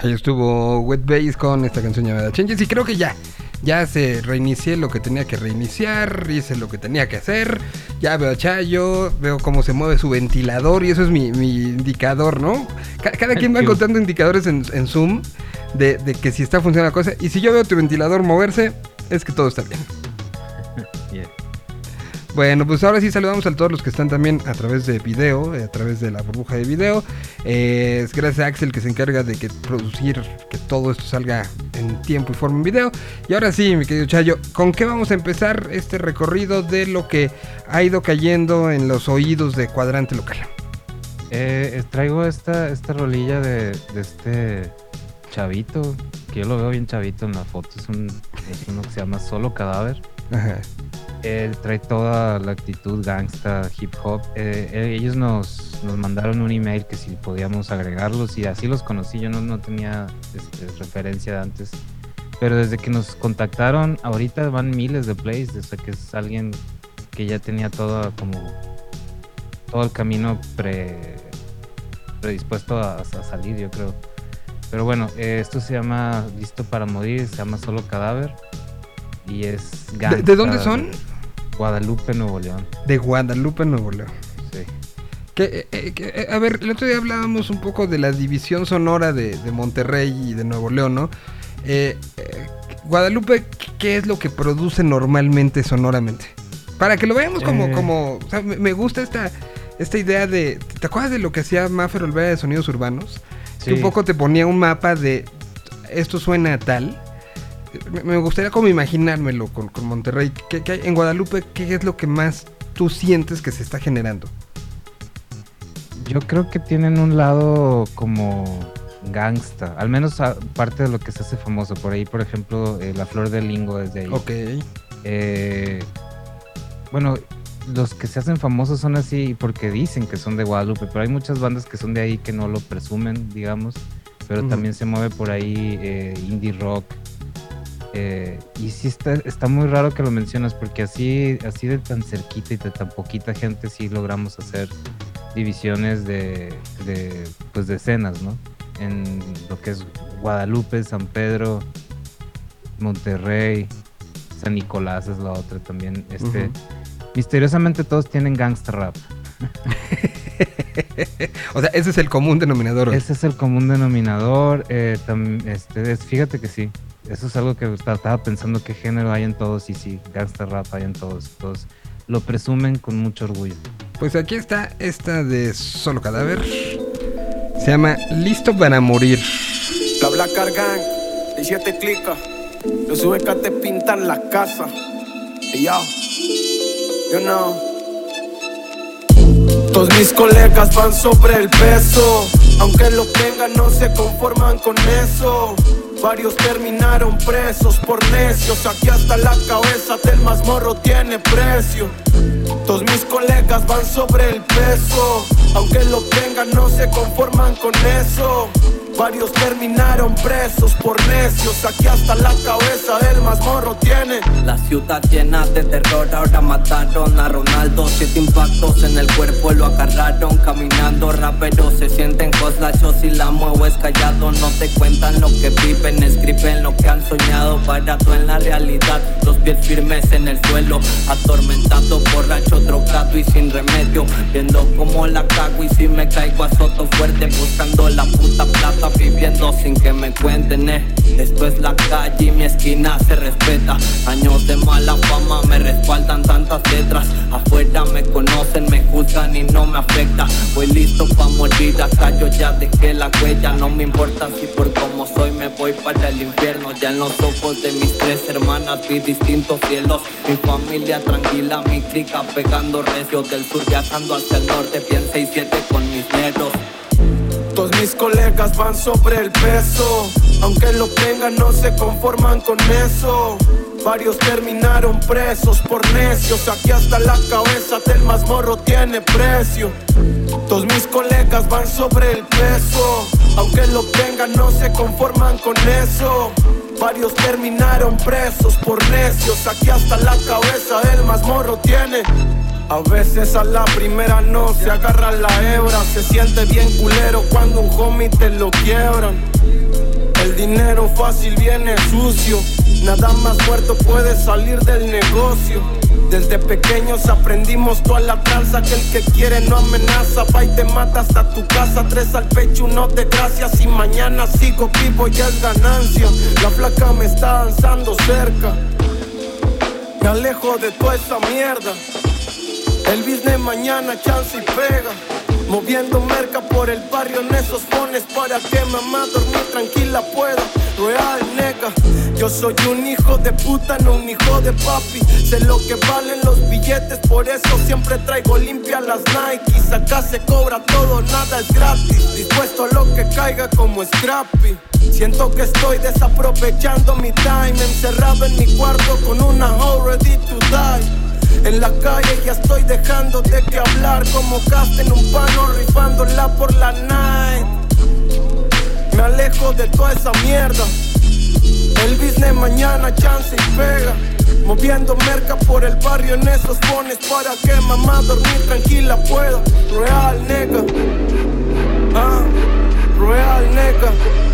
S1: Ahí estuvo Wet Bass con esta canción llamada Changes. Y creo que ya se reinicié lo que tenía que reiniciar, hice lo que tenía que hacer. Ya veo a Chayo, veo cómo se mueve su ventilador y eso es mi indicador, ¿no? Cada quien va encontrando indicadores en Zoom de que si está funcionando la cosa. Y si yo veo tu ventilador moverse, es que todo está bien.
S7: Yeah.
S1: Bueno, pues ahora sí saludamos a todos los que están también a través de video, a través de la burbuja de video. Es gracias a Axel que se encarga de producir que todo esto salga en tiempo y forma en video. Y ahora sí, mi querido Chayo, ¿con qué vamos a empezar este recorrido de lo que ha ido cayendo en los oídos de Cuadrante Local?
S7: Traigo esta rolilla de este chavito, que yo lo veo bien chavito en la foto. Es uno que se llama Solo Cadáver.
S1: Ajá.
S7: Trae toda la actitud gangsta, hip hop. Ellos nos mandaron un email que si podíamos agregarlos y así los conocí. Yo no tenía referencia de antes, pero desde que nos contactaron ahorita van miles de plays, desde que es alguien que ya tenía todo el camino predispuesto a salir, yo creo. Pero bueno, esto se llama Listo para Morir, se llama Solo Cadáver y es gangsta.
S1: ¿De dónde son?
S7: Guadalupe, Nuevo León.
S1: De Guadalupe, Nuevo León.
S7: Sí.
S1: A ver, el otro día hablábamos un poco de la división sonora de Monterrey y de Nuevo León, ¿no? Guadalupe, ¿qué es lo que produce normalmente sonoramente? Para que lo veamos como o sea, me gusta esta idea de... ¿Te acuerdas de lo que hacía Maffer Olvera de Sonidos Urbanos?
S7: Sí.
S1: Que un poco te ponía un mapa de esto suena tal. Me gustaría como imaginármelo con Monterrey. ¿Qué hay en Guadalupe? ¿Qué es lo que más tú sientes que se está generando?
S7: Yo creo que tienen un lado como gangsta, al menos parte de lo que se hace famoso. Por ahí, por ejemplo, La Flor del Lingo es de ahí.
S1: Ok.
S7: Bueno, los que se hacen famosos son así porque dicen que son de Guadalupe, pero hay muchas bandas que son de ahí que no lo presumen, digamos. Pero también se mueve por ahí indie rock. Y sí está muy raro que lo mencionas porque así de tan cerquita y de tan poquita gente sí logramos hacer divisiones de escenas, ¿no? En lo que es Guadalupe, San Pedro, Monterrey, San Nicolás es la otra también. Misteriosamente todos tienen gangsta rap.
S1: O sea, ese es el común denominador.
S7: Ese es el común denominador. Fíjate que sí. Eso es algo que estaba pensando qué género hay en todos y sí, gangsta rap hay en todos. Todos lo presumen con mucho orgullo.
S1: Pues aquí está esta de Solo Cadáver. Se llama Listo para Morir.
S8: La Black Car Gang, 17 clica. Los UBK te pintan la casa. Y yo, you know. Todos mis colegas van sobre el peso. Aunque lo tengan no se conforman con eso. Varios terminaron presos por necios. Aquí hasta la cabeza del mazmorro tiene precio. Todos mis colegas van sobre el peso. Aunque lo tengan no se conforman con eso. Varios terminaron presos por necios. Aquí hasta la cabeza del mazmorro tiene.
S9: La ciudad llena de terror, ahora mataron a Ronaldo. 7 impactos en el cuerpo lo agarraron. Caminando raperos se sienten coslachos. Si la muevo es callado, no te cuentan lo que viven. Escriben lo que han soñado, parado en la realidad. Los pies firmes en el suelo, atormentado, borracho, drogado y sin remedio. Viendo cómo la cago y si me caigo azoto fuerte. Buscando la puta plata, viviendo sin que me cuenten, Esto es la calle y mi esquina se respeta. Años de mala fama me respaldan tantas letras. Afuera me conocen, me juzgan y no me afecta. Voy listo pa' morir, acá yo ya dejé la huella. No me importa si por cómo soy me voy para el infierno. Ya en los ojos de mis 3 hermanas vi distintos cielos. Mi familia tranquila, mi clica pegando recio. Del sur viajando hacia el norte, bien 6-7 con mis negros.
S8: Todos mis colegas van sobre el peso. Aunque lo tengan no se conforman con eso. Varios terminaron presos por necios. Aquí hasta la cabeza del mazmorro tiene precio. Todos mis colegas van sobre el peso. Aunque lo tengan no se conforman con eso. Varios terminaron presos por necios. Aquí hasta la cabeza del mazmorro tiene. A veces a la primera no se agarra la hebra. Se siente bien culero cuando un homie te lo quiebran. El dinero fácil viene sucio, nada más muerto puede salir del negocio. Desde pequeños aprendimos toda la tranza, que el que quiere no amenaza, va y te mata hasta tu casa. 3 al pecho, 1 de gracias, y mañana sigo vivo, ya es ganancia. La flaca me está danzando cerca, me alejo de toda esa mierda. El business mañana chance y pega, moviendo merca por el barrio en esos fones, para que mamá dormir tranquila pueda. Real nega, yo soy un hijo de puta, no un hijo de papi. Sé lo que valen los billetes, por eso siempre traigo limpia las Nikes. Acá se cobra todo, nada es gratis, dispuesto a lo que caiga como Scrappy. Siento que estoy desaprovechando mi time, encerrado en mi cuarto con una hoe ready to die. En la calle ya estoy dejando de que hablar, como cast en un pano rifándola por la night. Me alejo de toda esa mierda, el business mañana chance y pega, moviendo merca por el barrio en esos fones, para que mamá dormir tranquila pueda. Real nega, real nega,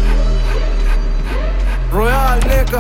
S8: real nega.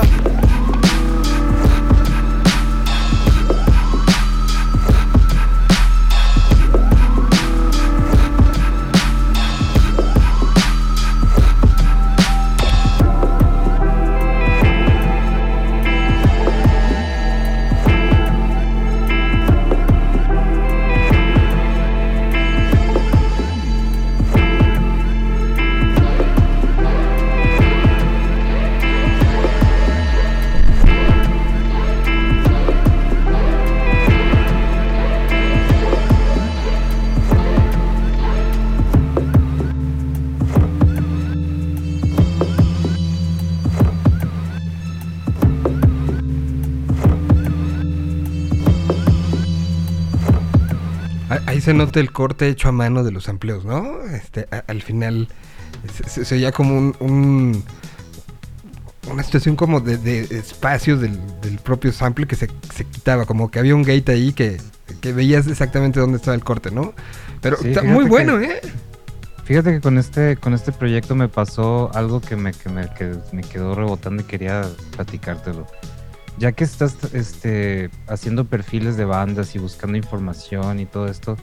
S1: Ahí se nota el corte hecho a mano de los amplios, ¿no? Al final se oía como una situación como de espacios del propio sample que se quitaba, como que había un gate ahí que veías exactamente dónde estaba el corte, ¿no? Pero sí, está muy bueno,
S7: Fíjate que con este proyecto me pasó algo que me quedó rebotando y quería platicártelo. Ya que estás haciendo perfiles de bandas y buscando información y todo esto,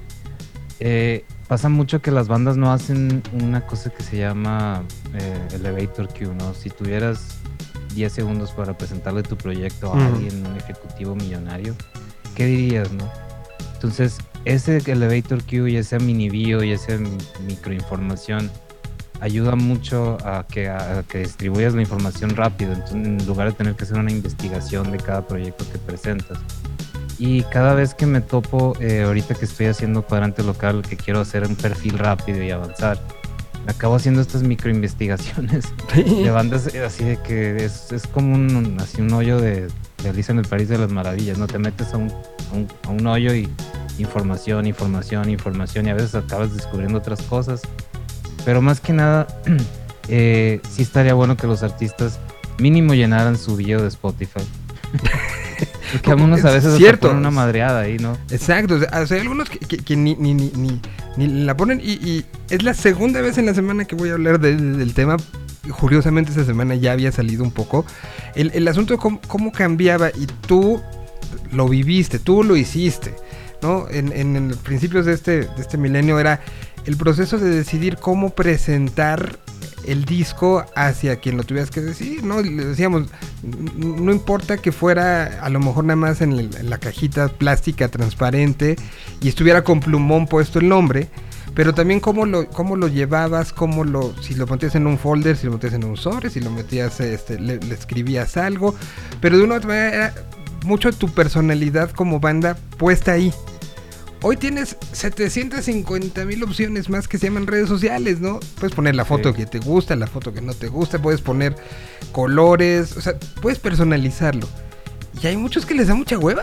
S7: pasa mucho que las bandas no hacen una cosa que se llama elevator queue, ¿no? Si tuvieras 10 segundos para presentarle tu proyecto a alguien, un ejecutivo millonario, ¿qué dirías, no? Entonces, ese elevator queue y ese mini bio y esa microinformación ayuda mucho a que distribuyas la información rápido, entonces, en lugar de tener que hacer una investigación de cada proyecto que presentas. Y cada vez que me topo, ahorita que estoy haciendo cuadrante local, que quiero hacer un perfil rápido y avanzar, me acabo haciendo estas microinvestigaciones de bandas, así de que es como un hoyo de Alicia en el País de las Maravillas, ¿no? Te metes a un hoyo y información, y a veces acabas descubriendo otras cosas. Pero más que nada, sí estaría bueno que los artistas mínimo llenaran su bio de Spotify. Porque algunos a veces hasta ponen una madreada ahí, ¿no?
S1: Exacto, o sea, hay algunos que ni la ponen y es la segunda vez en la semana que voy a hablar del tema. Curiosamente esta semana ya había salido un poco el asunto de cómo cambiaba, y tú lo viviste, tú lo hiciste, ¿no? En los principios de este milenio era el proceso de decidir cómo presentar el disco hacia quien lo tuvieras que decir, ¿no? Le decíamos, no importa que fuera a lo mejor nada más en la cajita plástica transparente y estuviera con plumón puesto el nombre, pero también cómo lo llevabas, si lo metías en un folder, si lo metías en un sobre, si lo metías, le escribías algo, pero de una otra manera era mucho tu personalidad como banda puesta ahí. Hoy tienes 750,000 opciones más que se llaman redes sociales, ¿no? Puedes poner la foto que te gusta, la foto que no te gusta, puedes poner colores, o sea, puedes personalizarlo. Y hay muchos que les da mucha hueva.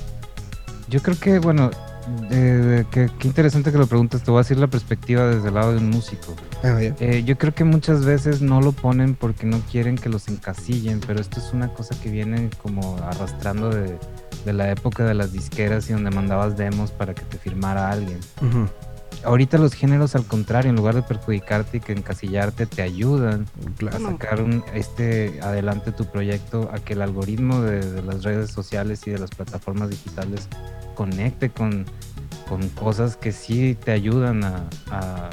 S7: Yo creo que, bueno, qué interesante que lo preguntas. Te voy a decir la perspectiva desde el lado de un músico. Yo creo que muchas veces no lo ponen porque no quieren que los encasillen, pero esto es una cosa que viene como arrastrando de la época de las disqueras y donde mandabas demos para que te firmara alguien. ahorita los géneros, al contrario, en lugar de perjudicarte y que encasillarte, te ayudan a sacar adelante tu proyecto, a que el algoritmo de las redes sociales y de las plataformas digitales conecte con cosas que sí te ayudan a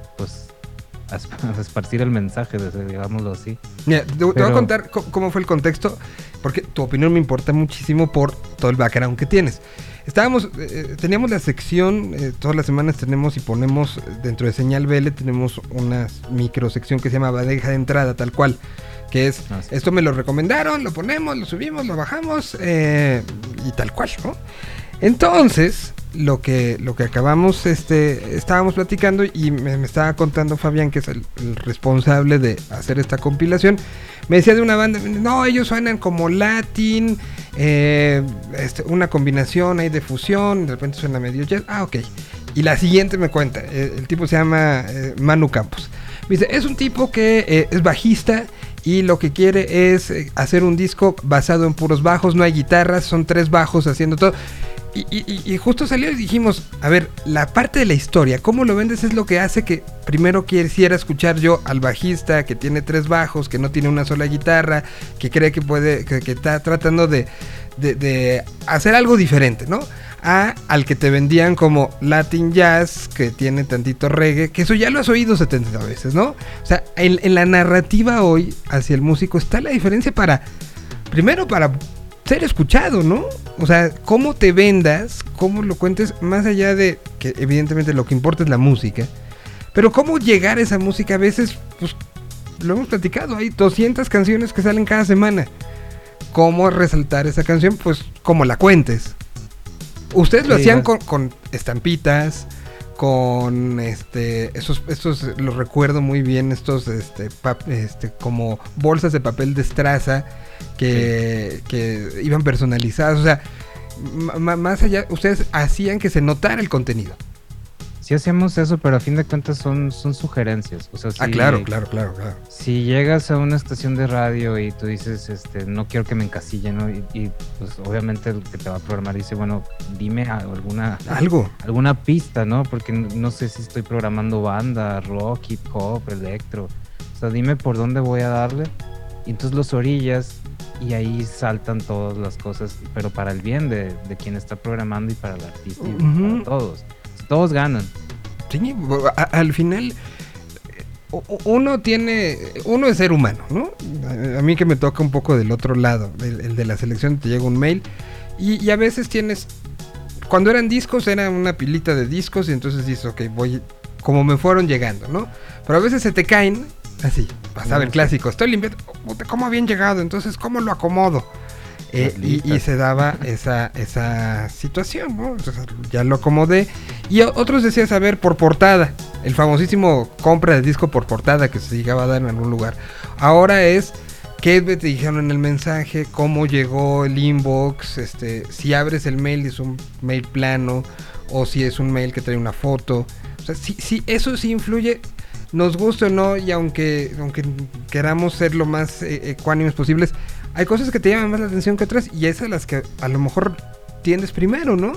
S7: esparcir el mensaje, digámoslo así.
S1: Mira, te voy a contar cómo fue el contexto, porque tu opinión me importa muchísimo por todo el background que tienes. Teníamos la sección, todas las semanas tenemos y ponemos dentro de Señal BL, tenemos una microsección que se llama Bandeja de Entrada, tal cual, que es, esto me lo recomendaron, lo ponemos, lo subimos, lo bajamos, y tal cual, ¿no? Entonces, lo que acabamos, estábamos platicando y me estaba contando Fabián, que es el responsable de hacer esta compilación. Me decía de una banda, no, ellos suenan como Latin, una combinación ahí de fusión, de repente suena medio jazz. Ah, ok. Y la siguiente me cuenta, el tipo se llama Manu Campos. Me dice, es un tipo que es bajista y lo que quiere es hacer un disco basado en puros bajos, no hay guitarras, son 3 bajos haciendo todo. Y justo salió y dijimos, a ver, la parte de la historia, cómo lo vendes es lo que hace que primero quisiera escuchar yo al bajista que tiene 3 bajos, que no tiene una sola guitarra, que cree que puede, que está tratando de hacer algo diferente, ¿no? Al que te vendían como Latin Jazz, que tiene tantito reggae, que eso ya lo has oído 70 veces, ¿no? O sea, en la narrativa hoy hacia el músico está la diferencia primero para ser escuchado, ¿no? O sea, cómo te vendas, cómo lo cuentes, más allá de que evidentemente lo que importa es la música, pero cómo llegar a esa música. A veces, pues, lo hemos platicado, hay 200 canciones que salen cada semana. ¿Cómo resaltar esa canción? Pues, como la cuentes. Ustedes lo hacían con estampitas, con estos lo recuerdo muy bien, estos como bolsas de papel de estraza que iban personalizadas. O sea, más allá, ustedes hacían que se notara el contenido.
S7: Sí hacíamos eso, pero a fin de cuentas son sugerencias. O sea,
S1: claro.
S7: Si llegas a una estación de radio y tú dices, no quiero que me encasillen, ¿no? Y pues obviamente el que te va a programar dice, bueno, dime alguna pista, ¿no? Porque no sé si estoy programando banda, rock, hip hop, electro. O sea, dime por dónde voy a darle. Y entonces los orillas y ahí saltan todas las cosas, pero para el bien de quien está programando y para el artista y para todos. Todos ganan.
S1: Sí, al final uno es ser humano, ¿no? A mí que me toca un poco del otro lado, el de la selección, te llega un mail y a veces cuando eran discos era una pilita de discos y entonces dices, ok, voy como me fueron llegando, ¿no? Pero a veces se te caen así, pasaba el clásico, estoy limpiando, ¿cómo habían llegado? Entonces, ¿cómo lo acomodo? Y se daba esa situación, ¿no? Entonces, ya lo acomodé. Y otros decían saber por portada, el famosísimo compra de disco por portada que se llegaba a dar en algún lugar. Ahora es qué te dijeron en el mensaje, cómo llegó el inbox, si abres el mail y es un mail plano o si es un mail que trae una foto. O sea, sí, eso sí influye, nos guste o no, y aunque queramos ser lo más ecuánimes posibles, hay cosas que te llaman más la atención que otras y esas las que a lo mejor tiendes primero, ¿no?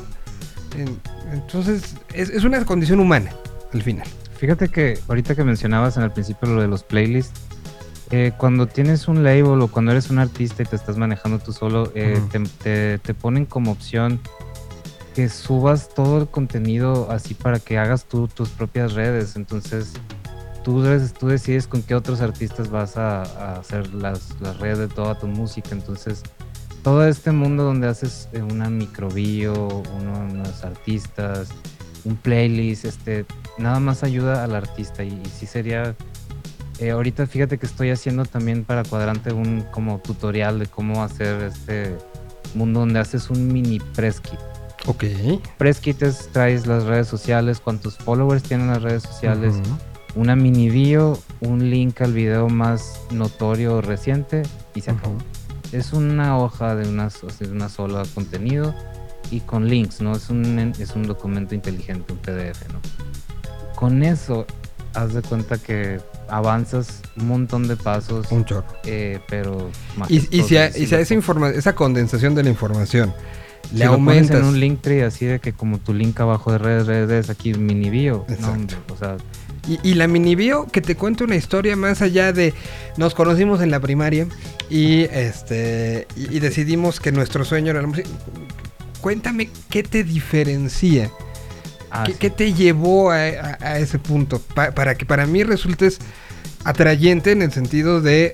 S1: Entonces es una condición humana al final.
S7: Fíjate que ahorita que mencionabas en el principio lo de los playlists, cuando tienes un label o cuando eres un artista y te estás manejando tú solo, te ponen como opción que subas todo el contenido así para que hagas tú tus propias redes. Entonces tú decides con qué otros artistas vas a hacer las redes de toda tu música. Entonces todo este mundo donde haces una microbio, unos artistas, un playlist, nada más ayuda al artista y sí sería... ahorita fíjate que estoy haciendo también para Cuadrante un como tutorial de cómo hacer este mundo donde haces un mini press kit.
S1: Ok.
S7: Press kit traes las redes sociales, cuántos followers tienen las redes sociales, una mini bio, un link al video más notorio o reciente y se acabó. Es una hoja de una sola contenido y con links, ¿no? Es un documento inteligente, un PDF, ¿no? Con eso, haz de cuenta que avanzas un montón de pasos.
S1: Un chorro.
S7: Pero
S1: y si a esa condensación de la información
S7: Si
S1: le
S7: lo pones
S1: aumentas.
S7: en un Linktree así de que como tu link abajo de redes, aquí mini bio.
S1: Exacto.
S7: No, o sea,
S1: Y la mini bio que te cuenta una historia más allá de nos conocimos en la primaria y y decidimos que nuestro sueño era la música. Cuéntame qué te diferencia, qué te llevó a ese punto para que para mí resultes atrayente en el sentido de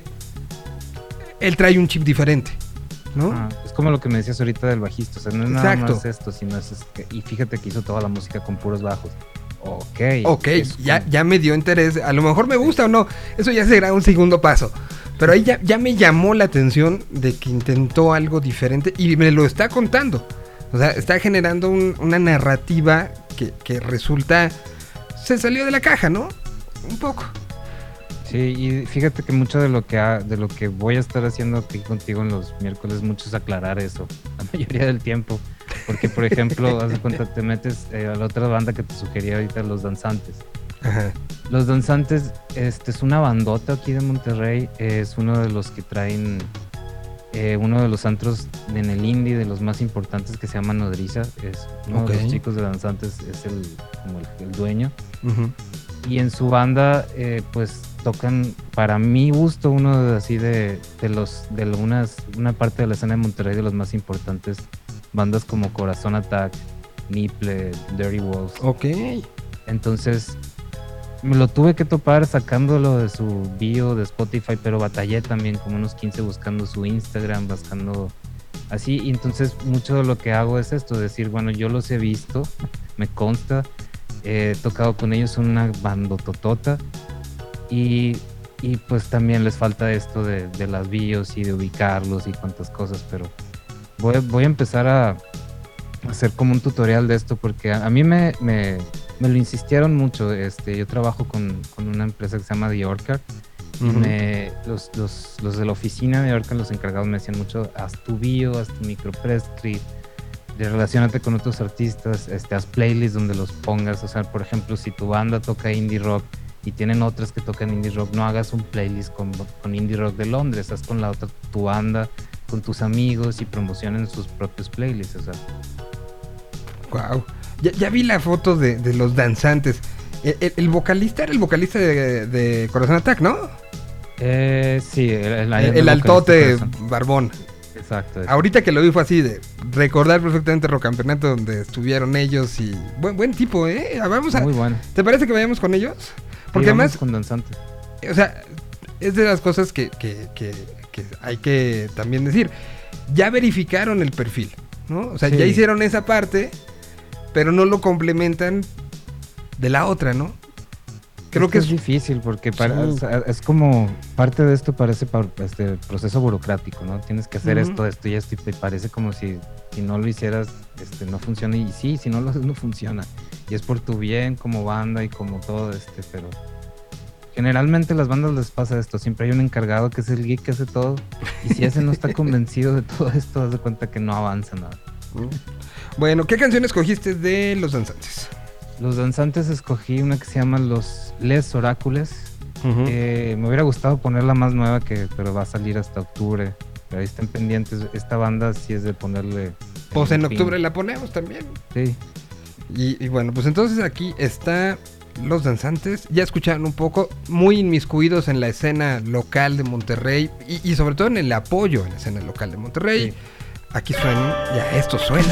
S1: él trae un chip diferente, ¿no?
S7: Es como lo que me decías ahorita del bajista, o sea, no es
S1: Exacto.
S7: nada más esto, sino y fíjate que hizo toda la música con puros bajos.
S1: Ok, ya me dio interés. A lo mejor me gusta o no. Eso ya será un segundo paso. Pero ahí ya me llamó la atención de que intentó algo diferente y me lo está contando. O sea, está generando una narrativa que resulta... Se salió de la caja, ¿no? Un poco.
S7: Sí, y fíjate que mucho de lo que voy a estar haciendo aquí contigo en los miércoles, mucho es aclarar eso, la mayoría del tiempo. Porque, por ejemplo, haz de cuenta, te metes a la otra banda que te sugería ahorita, Los Danzantes.
S1: Ajá.
S7: Los Danzantes es una bandota aquí de Monterrey, es uno de los que traen uno de los antros en el indie de los más importantes que se llama Nodriza. Es uno de los chicos de Danzantes, es como el dueño.
S1: Uh-huh.
S7: Y en su banda, pues tocan, para mi gusto, uno de una parte de la escena de Monterrey de los más importantes, bandas como Corazón Attack, Nipple, Dirty Wolves.
S1: Ok.
S7: Entonces me lo tuve que topar sacándolo de su bio de Spotify, pero batallé también como unos 15 buscando su Instagram, buscando así. Y entonces mucho de lo que hago es esto, decir, bueno, yo los he visto, me consta, he tocado con ellos una bandototota y pues también les falta esto de las bios y de ubicarlos y cuantas cosas, pero voy a empezar a hacer como un tutorial de esto porque a mí me lo insistieron mucho. Yo trabajo con una empresa que se llama The Orchard. Uh-huh. Los de la oficina de Orchard, los encargados, me decían mucho: haz tu bio, haz tu micro press script, relacionate con otros artistas, haz playlists donde los pongas. O sea, por ejemplo, si tu banda toca indie rock y tienen otras que tocan indie rock, no hagas un playlist con indie rock de Londres, haz con la otra tu banda, con tus amigos y promocionen sus propios playlists. O sea,
S1: wow. Ya vi la foto de los danzantes. El vocalista era el vocalista de Corazón Attack, ¿no?
S7: Sí,
S1: el altote barbón.
S7: Exacto.
S1: Ahorita que lo vi fue así de recordar perfectamente Rocampeonato donde estuvieron ellos y buen tipo, ¿eh?
S7: Muy bueno.
S1: ¿Te parece que vayamos con ellos? Porque
S7: vamos
S1: además
S7: con danzante.
S1: O sea, es de las cosas que hay que también decir. Ya verificaron el perfil, ¿no? O sea, ya hicieron esa parte, pero no lo complementan de la otra, ¿no? Creo que
S7: es difícil porque o sea, es como parte de esto parece proceso burocrático, ¿no? Tienes que hacer esto y esto y te parece como si no lo hicieras no funciona. Y sí, si no lo haces no funciona. Y es por tu bien como banda y como todo pero generalmente a las bandas les pasa esto, siempre hay un encargado que es el geek que hace todo y si ese no está convencido de todo esto, haz de cuenta que no avanza nada.
S1: Bueno, ¿qué canción escogiste de Los Danzantes?
S7: Los Danzantes escogí una que se llama Les Oráculos. Uh-huh. Me hubiera gustado ponerla más nueva, pero va a salir hasta octubre. Pero ahí estén pendientes. Esta banda sí es de ponerle...
S1: Pues en octubre la ponemos también.
S7: Sí.
S1: Y bueno, pues entonces aquí está Los Danzantes. Ya escucharon un poco, muy inmiscuidos en la escena local de Monterrey y sobre todo en el apoyo en la escena local de Monterrey. Sí. Aquí suena, ya esto suena.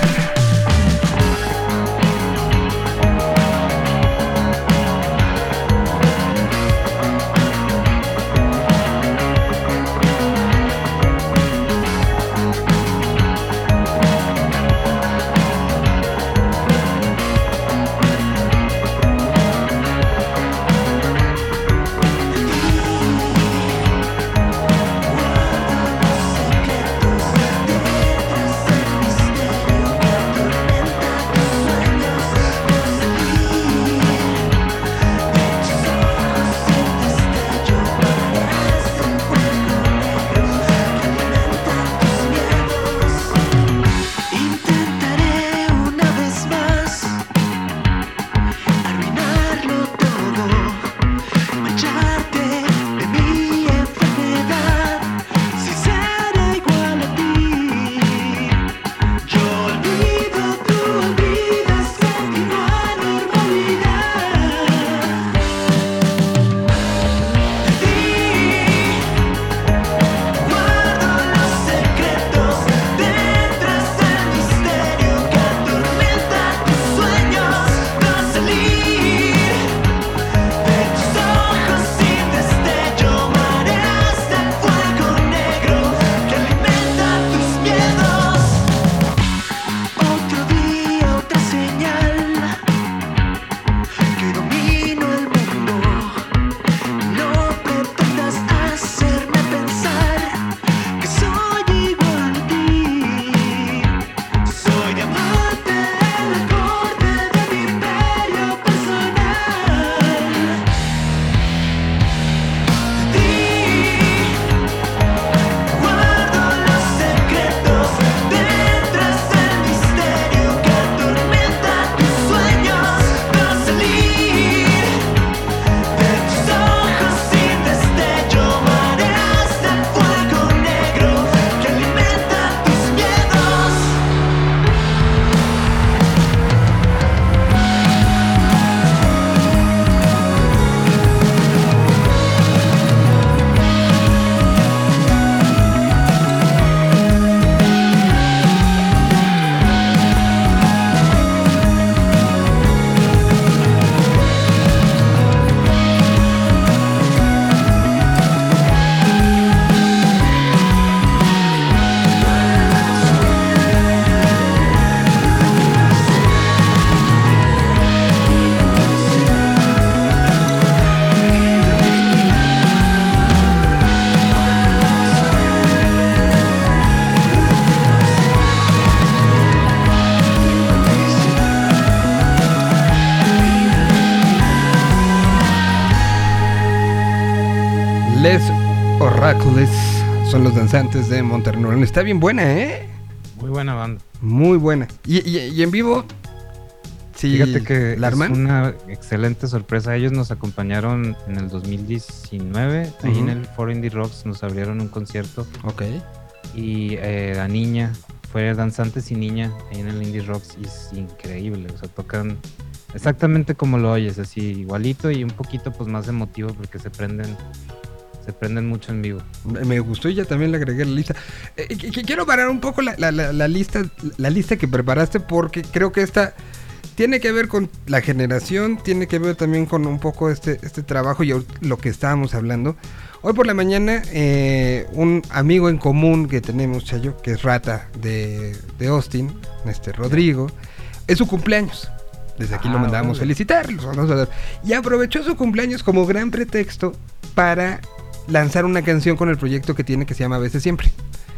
S1: Miraculous son los danzantes de Monterrey. Está bien buena, ¿eh?
S7: Muy buena banda.
S1: Muy buena. Y en vivo, sí,
S7: fíjate que
S1: ¿la arman?
S7: es una excelente sorpresa. Ellos nos acompañaron en el 2019. Ahí en el Foro Indie Rocks nos abrieron un concierto.
S1: Ok.
S7: Y la niña fue Danzantes y Niña ahí en el Indie Rocks y es increíble. O sea, tocan exactamente como lo oyes, así igualito y un poquito pues más emotivo porque se prenden mucho en vivo.
S1: Me gustó y ya también le agregué a la lista. Quiero parar un poco la lista que preparaste porque creo que esta tiene que ver con la generación, tiene que ver también con un poco este trabajo y lo que estábamos hablando. Hoy por la mañana un amigo en común que tenemos, Chayo, que es Rata de Austin, Rodrigo, es su cumpleaños. Desde aquí lo mandamos felicitarlos. Y aprovechó su cumpleaños como gran pretexto para lanzar una canción con el proyecto que tiene que se llama A Veces Siempre.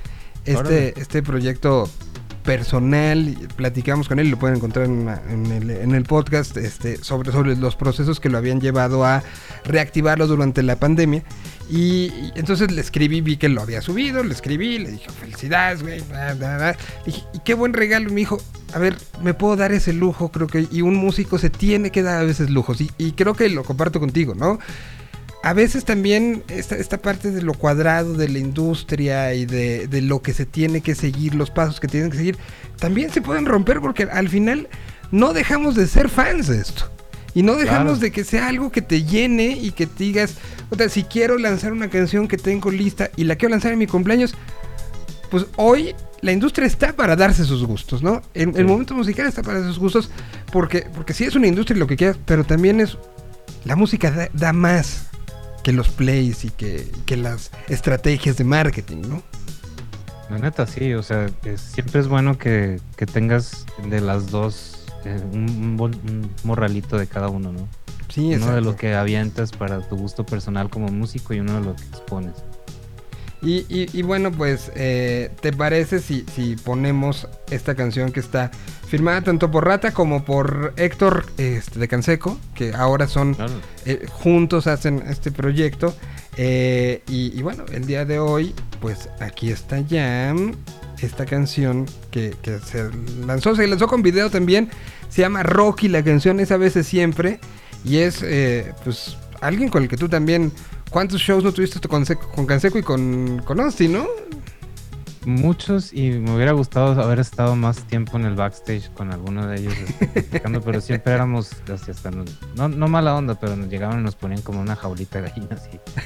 S1: Este proyecto personal, platicamos con él, lo pueden encontrar en el podcast, sobre los procesos que lo habían llevado a reactivarlo durante la pandemia. Y entonces le escribí, vi que lo había subido, le escribí, le dije felicidades, güey, dije, y qué buen regalo. Me dijo, a ver, me puedo dar ese lujo, creo que, y un músico se tiene que dar a veces lujos, y creo que lo comparto contigo, ¿no? A veces también esta parte de lo cuadrado de la industria y de lo que se tiene que seguir, los pasos que tienen que seguir, también se pueden romper porque al final no dejamos de ser fans de esto. Y no dejamos de que sea algo que te llene y que te digas, o sea, si quiero lanzar una canción que tengo lista y la quiero lanzar en mi cumpleaños, pues hoy la industria está para darse sus gustos, ¿no? El momento musical está para sus gustos porque sí es una industria y lo que quieras, pero también es, la música da más que los plays y que las estrategias de marketing, ¿no?
S7: La neta, sí, o sea, siempre es bueno que tengas de las dos un morralito de cada uno, ¿no?
S1: Sí,
S7: uno
S1: exacto.
S7: de lo que avientas para tu gusto personal como músico y uno de lo que expones.
S1: Y bueno, pues, ¿te parece si ponemos esta canción que está firmada tanto por Rata como por Héctor de Canseco, que ahora son juntos hacen este proyecto? Y bueno, el día de hoy, pues aquí está ya esta canción que se lanzó con video también. Se llama Rocky, la canción es A Veces Siempre. Y es pues alguien con el que tú también... ¿Cuántos shows no tuviste con Canseco y con Austin, no?
S7: Muchos, y me hubiera gustado haber estado más tiempo en el backstage con alguno de ellos platicando, pero siempre éramos hasta no mala onda, pero nos llegaban y nos ponían como una jaulita de gallinas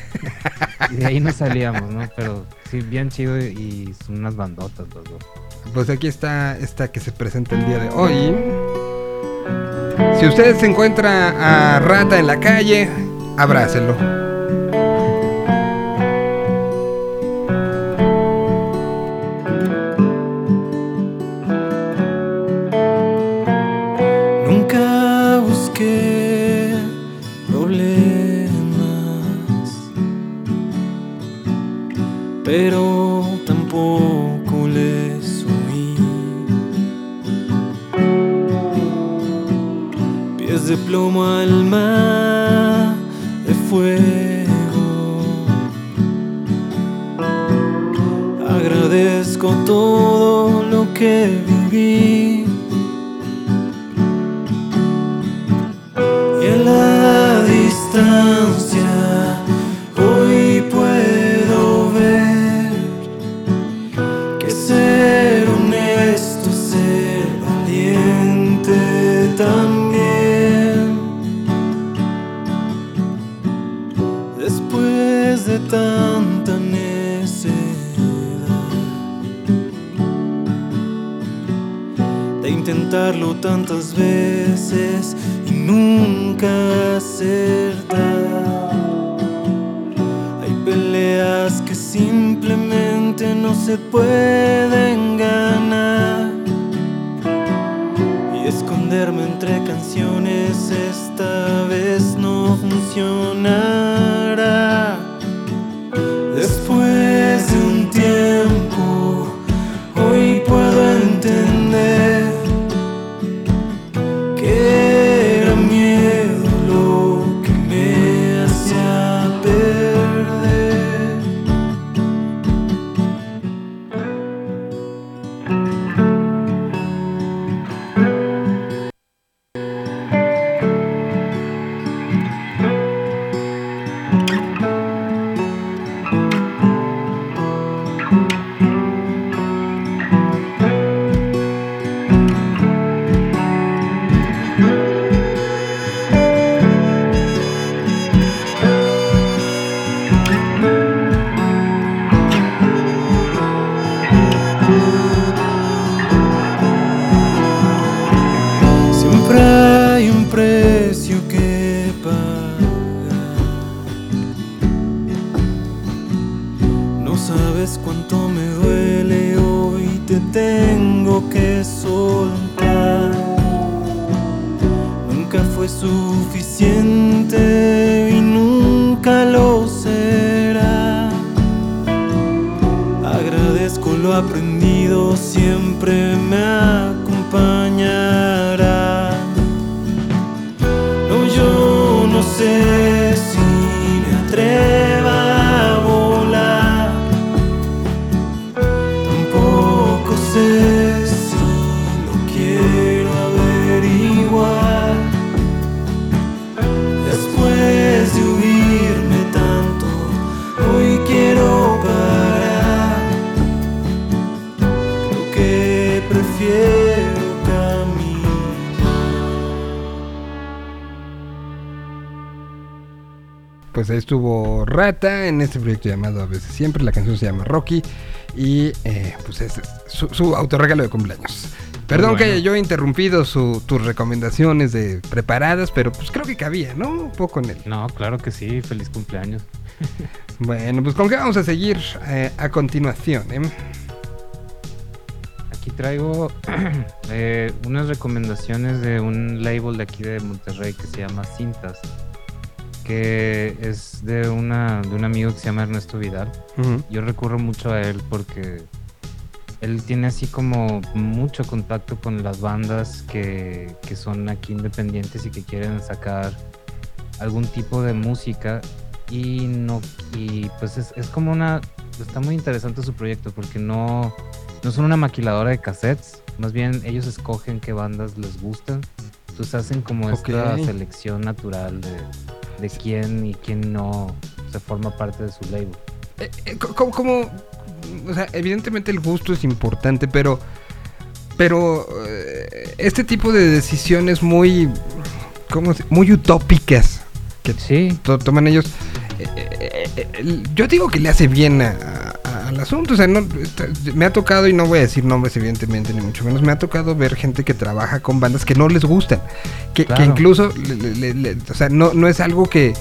S7: y de ahí nos salíamos, ¿no? Pero sí, bien chido y son unas bandotas los dos.
S1: Pues aquí está esta que se presenta el día de hoy. Si usted se encuentra a Rata en la calle, abrácelo.
S5: Pero tampoco les oí. Pies de plomo, alma de fuego. Agradezco todo lo que viví. Y en la distancia hoy puedo ver que ser honesto es ser valiente también. Después de tanta necedad de intentarlo tantas veces y nunca acertar. Hay peleas que simplemente no se pueden ganar. Y esconderme entre canciones esta vez no funcionará. Después de un tiempo, hoy puedo entender que era miedo lo que me hacía perder.
S3: tengo que soltar. Nunca fue suficiente y nunca lo será. Agradezco lo aprendido, siempre me acompañará. No, yo no sé si me atreva a volar. Tampoco sé si lo quiero averiguar. Después de huirme tanto, hoy quiero parar. Creo que prefiero caminar.
S1: Pues ahí estuvo Rata en este proyecto llamado A Veces Siempre. La canción se llama Rocky y pues es su autorregalo de cumpleaños. Perdón que haya yo interrumpido tus recomendaciones preparadas, pero pues creo que cabía, ¿no? Un poco en él.
S7: No, claro que sí, feliz cumpleaños.
S1: Bueno, pues ¿con qué vamos a seguir a continuación?
S7: Aquí traigo unas recomendaciones de un label de aquí de Monterrey que se llama Cintas, que es de un amigo que se llama Ernesto Vidal.
S1: Uh-huh.
S7: Yo recurro mucho a él porque él tiene así como mucho contacto con las bandas que son aquí independientes y que quieren sacar algún tipo de música y pues es como está muy interesante su proyecto porque no son una maquiladora de cassettes, más bien ellos escogen qué bandas les gustan, entonces hacen como esta selección natural de quién y quién no se forma parte de su label.
S1: ¿Cómo? O sea, evidentemente el gusto es importante, pero este tipo de decisiones muy utópicas que
S7: sí
S1: toman ellos, yo digo que le hace bien al asunto. O sea, me ha tocado, y no voy a decir nombres evidentemente, ni mucho menos, me ha tocado ver gente que trabaja con bandas que no les gustan, que incluso o sea, no es algo que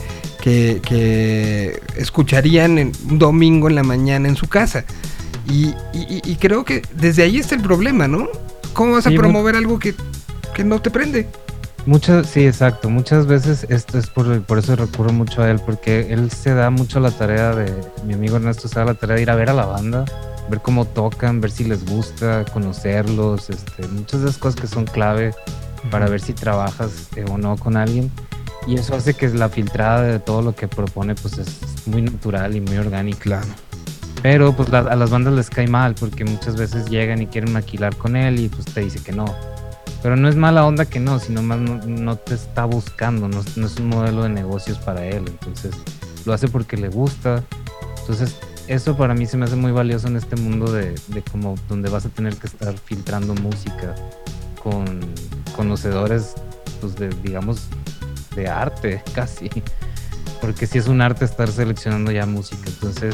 S1: escucharían un domingo en la mañana en su casa, y creo que desde ahí está el problema, ¿no? ¿Cómo vas a promover algo que no te prende?
S7: Sí, exacto. Muchas veces esto es por eso recurro mucho a él, porque él se da mucho la tarea mi amigo Ernesto se da la tarea de ir a ver a la banda, ver cómo tocan, ver si les gusta, conocerlos, muchas de esas cosas que son clave para ver si trabajas o no con alguien. Y eso hace que la filtrada de todo lo que propone pues es muy natural y muy orgánico.
S1: Claro.
S7: Pero pues a las bandas les cae mal porque muchas veces llegan y quieren maquilar con él y pues te dice que no. Pero no es mala onda que no, sino más no te está buscando, no es un modelo de negocios para él. Entonces lo hace porque le gusta. Entonces eso para mí se me hace muy valioso en este mundo de como donde vas a tener que estar filtrando música con conocedores pues digamos de arte casi, porque sí es un arte estar seleccionando ya música. Entonces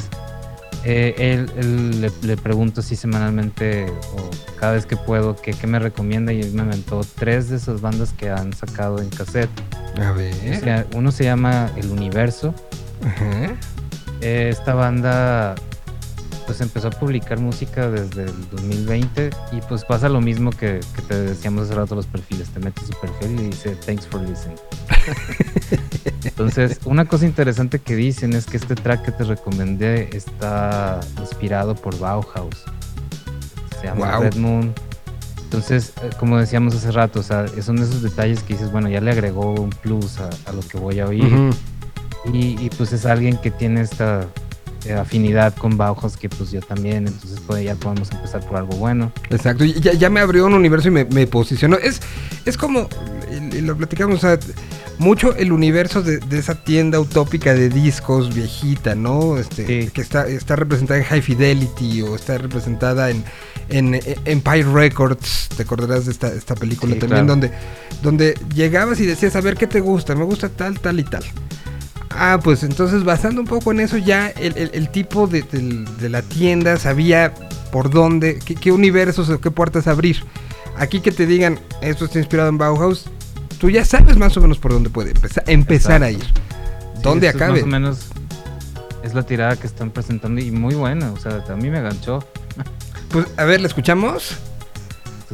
S7: él le pregunto así semanalmente o cada vez que puedo qué me recomienda, y él me inventó 3 de esas bandas que han sacado en cassette.
S1: A ver.
S7: O sea, uno se llama El Universo.
S1: Ajá.
S7: Esta banda pues empezó a publicar música desde el 2020 y pues pasa lo mismo que te decíamos hace rato los perfiles. Te metes su perfil y dice thanks for listening. Entonces una cosa interesante que dicen es que este track que te recomendé está inspirado por Bauhaus, se llama Red Moon. Entonces como decíamos hace rato, o sea, son esos detalles que dices, bueno, ya le agregó un plus a lo que voy a oír. Uh-huh. y pues es alguien que tiene esta afinidad con Bauhaus, que pues yo también, entonces ya podemos empezar por algo bueno.
S1: Exacto, ya me abrió un universo y me posicionó. Es como, y lo platicamos, o sea, mucho el universo de esa tienda utópica de discos viejita, ¿no?
S7: Sí.
S1: Que está representada en High Fidelity o está representada en Empire Records. Te acordarás de esta película, sí, también, claro. donde llegabas y decías, a ver, ¿qué te gusta? Me gusta tal, tal y tal. Ah, pues entonces basando un poco en eso ya el tipo de la tienda sabía por dónde, qué universos o qué puertas abrir. Aquí que te digan, esto está inspirado en Bauhaus, tú ya sabes más o menos por dónde puede empezar a ir. ¿Dónde acabe?
S7: Más o menos es la tirada que están presentando y muy buena, o sea, a mí me ganchó.
S1: Pues a ver, ¿la escuchamos?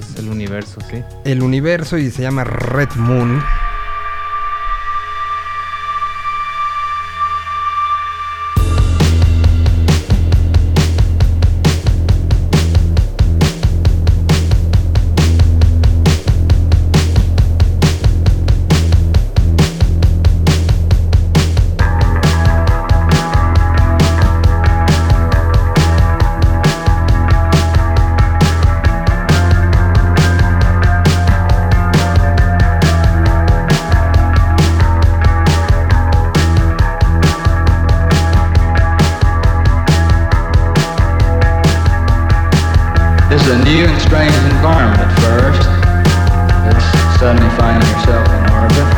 S7: es El Universo, sí.
S1: El Universo, y se llama Red Moon.
S6: This is a new and strange environment at first. Just suddenly finding yourself in orbit.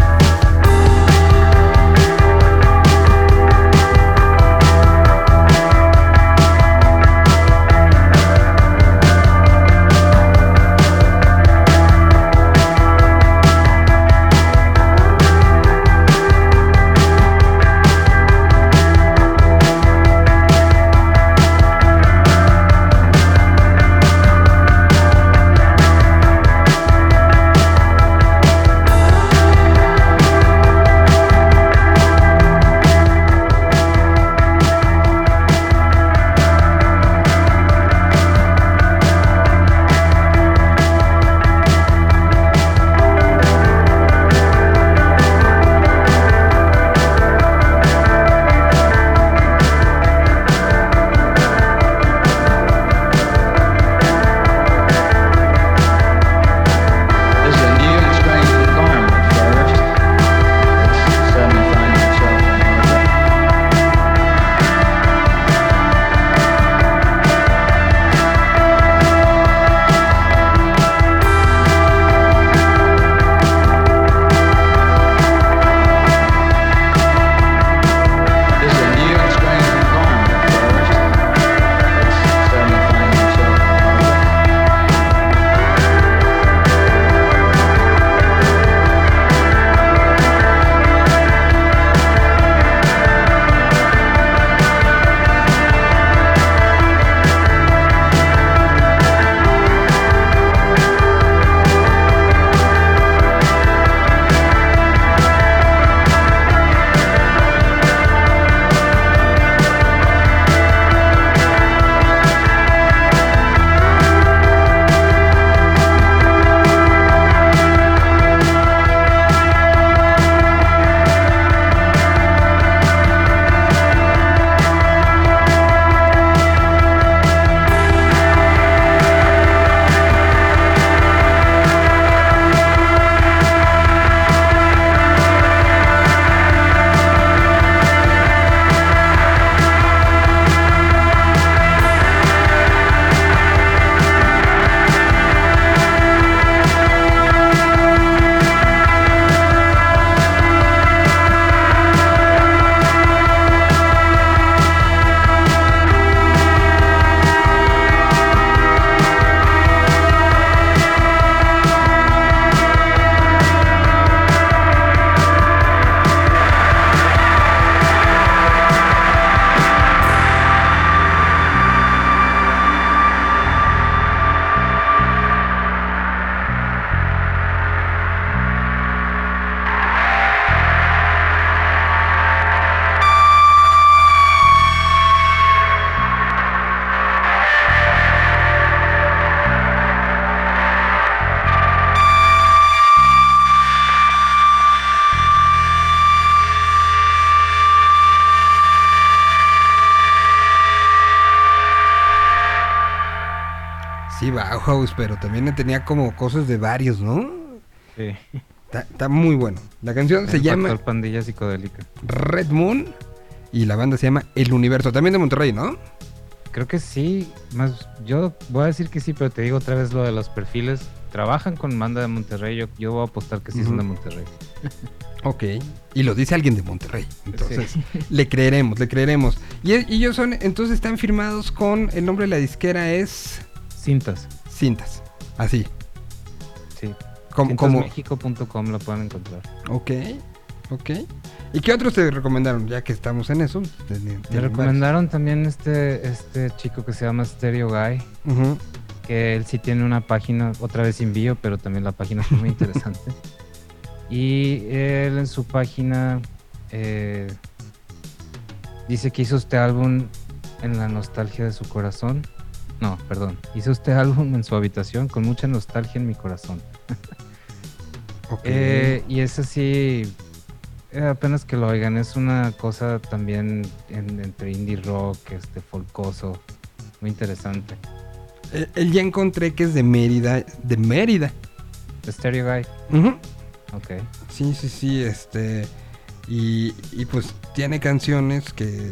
S1: Sí, Bauhaus, pero también tenía como cosas de varios, ¿no?
S7: Sí.
S1: Está muy bueno. La canción se llama
S7: Pandilla Psicodélica.
S1: Red Moon y la banda se llama El Universo, también de Monterrey, ¿no?
S7: Creo que sí, más yo voy a decir que sí, pero te digo otra vez lo de los perfiles. Trabajan con banda de Monterrey, yo voy a apostar que sí son de Monterrey.
S1: Ok, y lo dice alguien de Monterrey, entonces sí. le creeremos. Y ellos entonces están firmados con, el nombre de la disquera es...
S7: Cintas,
S1: así.
S7: Sí,
S1: como
S7: México.com lo pueden encontrar.
S1: Ok. ¿Y qué otros te recomendaron, ya que estamos en eso?
S7: Me recomendaron también este chico que se llama Stereo Guy. que él sí tiene una página, otra vez sin bio, pero también la página es muy interesante. Y él en su página dice que hizo este álbum en la nostalgia de su corazón. No, perdón. Hizo este álbum en su habitación con mucha nostalgia en mi corazón.
S1: Okay.
S7: Y es así, apenas que lo oigan, es una cosa también entre indie rock, folcoso, muy interesante.
S1: Él ya encontré que es de Mérida. De Mérida.
S7: The Stereo Guy.
S1: Uh-huh.
S7: Ok.
S1: Sí. Y pues tiene canciones que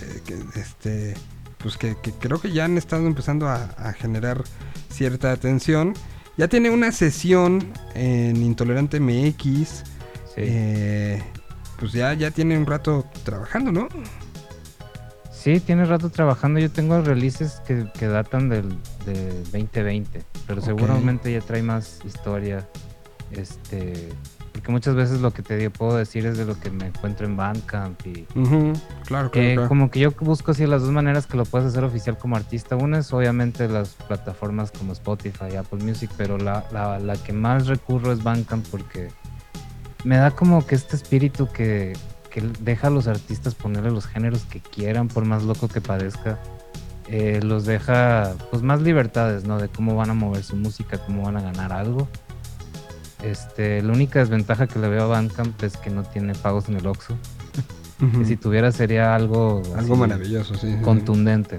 S1: creo que ya han estado empezando a generar cierta atención. Ya tiene una sesión en Intolerante MX.
S7: Sí.
S1: Pues ya tiene un rato trabajando, ¿no?
S7: Sí, tiene rato trabajando. Yo tengo releases que datan de 2020, pero seguramente ya trae más historia. Porque muchas veces lo que puedo decir es de lo que me encuentro en Bandcamp y
S1: claro.
S7: como que yo busco así las dos maneras que lo puedes hacer oficial como artista. Una es obviamente las plataformas como Spotify, Apple Music, pero la que más recurro es Bandcamp porque me da como que este espíritu que deja a los artistas ponerle los géneros que quieran, por más loco que parezca. Los deja pues más libertades, ¿no? De cómo van a mover su música, cómo van a ganar algo. La única desventaja que le veo a Bandcamp es que no tiene pagos en el Oxxo. Que si tuviera sería algo
S1: maravilloso, sí.
S7: Contundente.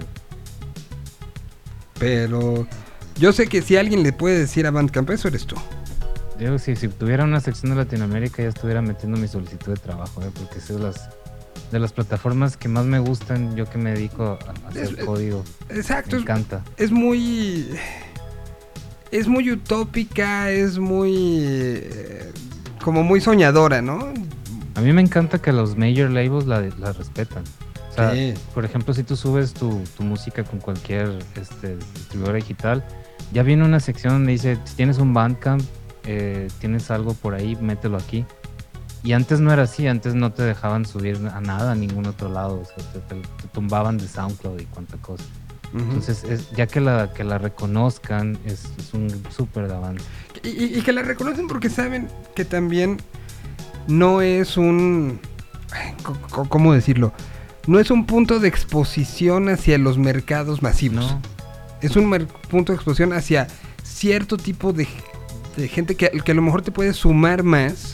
S1: Pero yo sé que si alguien le puede decir a Bandcamp, eso eres tú.
S7: Yo si tuviera una sección de Latinoamérica ya estuviera metiendo mi solicitud de trabajo, porque es de las plataformas que más me gustan, yo que me dedico a hacer código.
S1: Exacto.
S7: Me encanta.
S1: Es muy utópica, es muy como muy soñadora, ¿no?
S7: A mí me encanta que los major labels la respetan. O sea,
S1: sí.
S7: Por ejemplo, si tú subes tu música con cualquier distribuidora digital, ya viene una sección donde dice, si tienes un Bandcamp, tienes algo por ahí, mételo aquí. Y antes no era así, antes no te dejaban subir a nada a ningún otro lado, o sea, te tumbaban de SoundCloud y cuánta cosa. Entonces, ya que la reconozcan, es un súper avance.
S1: Y que la reconocen porque saben que también no es un... ¿Cómo decirlo? No es un punto de exposición hacia los mercados masivos. No. Es un punto de exposición hacia cierto tipo de gente que a lo mejor te puede sumar más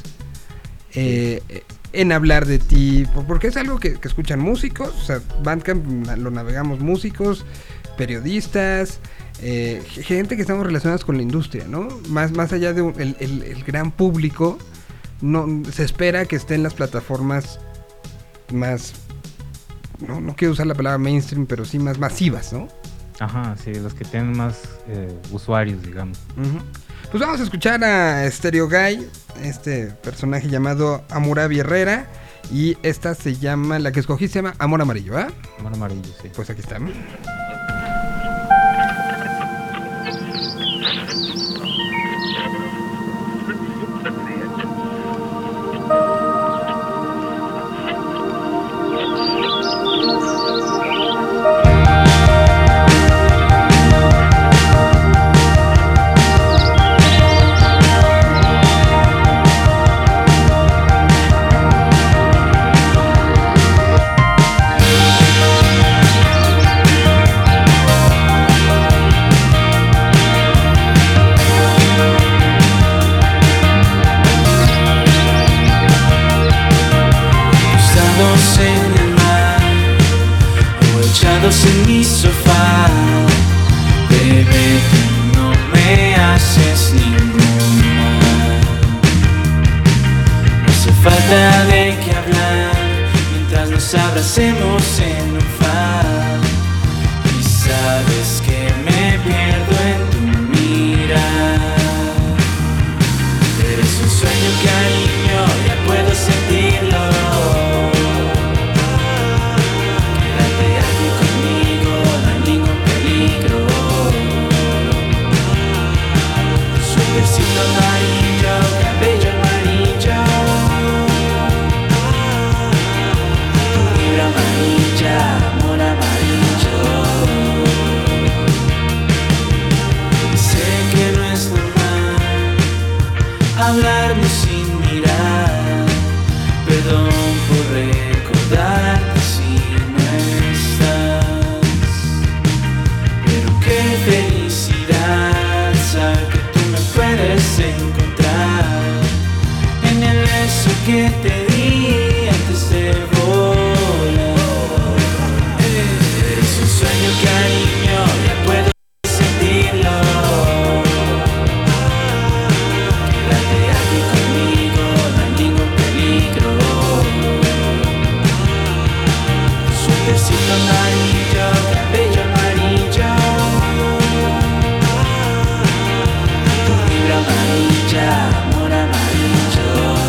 S1: en hablar de ti, porque es algo que escuchan músicos, o sea, Bandcamp lo navegamos músicos, periodistas, gente que estamos relacionados con la industria, ¿no? Más allá de el gran público, no se espera que esté en las plataformas más, no quiero usar la palabra mainstream, pero sí más masivas, ¿no?
S7: Ajá, sí, los que tienen más usuarios, digamos.
S1: Pues vamos a escuchar a Stereo Guy, este personaje llamado Hammurabi Herrera, y esta se llama, la que escogí se llama Amor Amarillo, ¿ah?
S7: Amor Amarillo, sí.
S1: Pues aquí está.
S5: En mi sofá, bebé, tú no me haces ningún mal. No hace falta de qué hablar mientras nos abracemos en un far. Y sabes que me pierdo en tu mirar. Eres un sueño, cariño, ya puedo sentirlo. Amarillo, cabello amarillo, tu vibra amarilla, amor amarillo. hablarme sin mirar. Perdón por recordarte si no estás. Pero qué felicidad saber que tú me puedes encontrar en el beso que te di antes de volar. Es un sueño, cariño, ya puedo sentirlo. Quédate aquí conmigo, no hay ningún peligro. Suétercito amarillo, cabello amarillo, tu vibra amarilla, amor amarillo.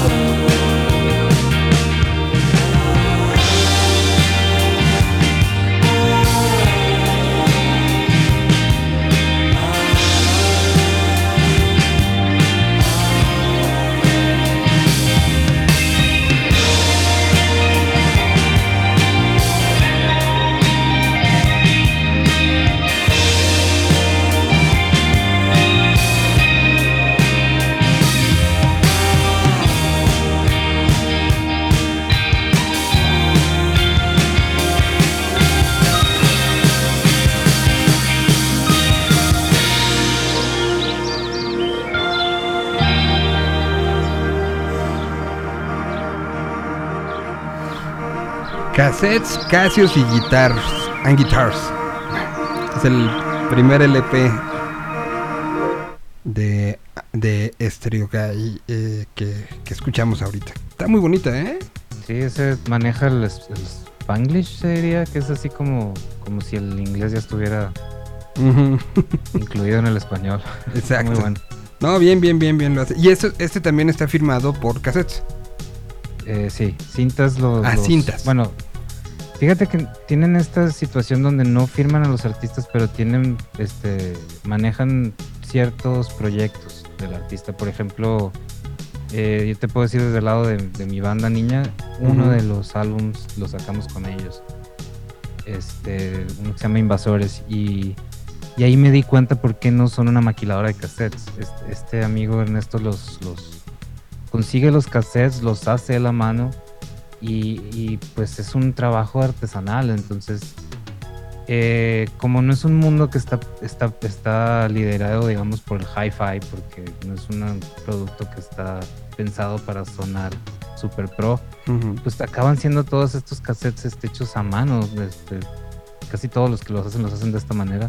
S1: Cassettes, Casios y Guitars. And Guitars. Es el primer LP de Stereo Guy que escuchamos ahorita. Está muy bonita, ¿eh?
S7: Sí, ese maneja el Spanglish, se diría, que es así como si el inglés ya estuviera incluido en el español.
S1: Exacto.
S7: Muy bueno.
S1: No, bien lo hace. Y este también está firmado por Cassettes.
S7: Sí, cintas
S1: cintas.
S7: Bueno, fíjate que tienen esta situación donde no firman a los artistas, pero manejan ciertos proyectos del artista. Por ejemplo, yo te puedo decir desde el lado de mi banda niña, uno de los álbums lo sacamos con ellos. Uno que se llama Invasores, y ahí me di cuenta por qué no son una maquiladora de cassettes. Este amigo Ernesto los consigue los cassettes, los hace a la mano y pues es un trabajo artesanal. Entonces, como no es un mundo que está liderado, digamos, por el hi-fi, porque no es un producto que está pensado para sonar super pro, pues acaban siendo todos estos cassettes hechos a mano. Casi todos los que los hacen de esta manera.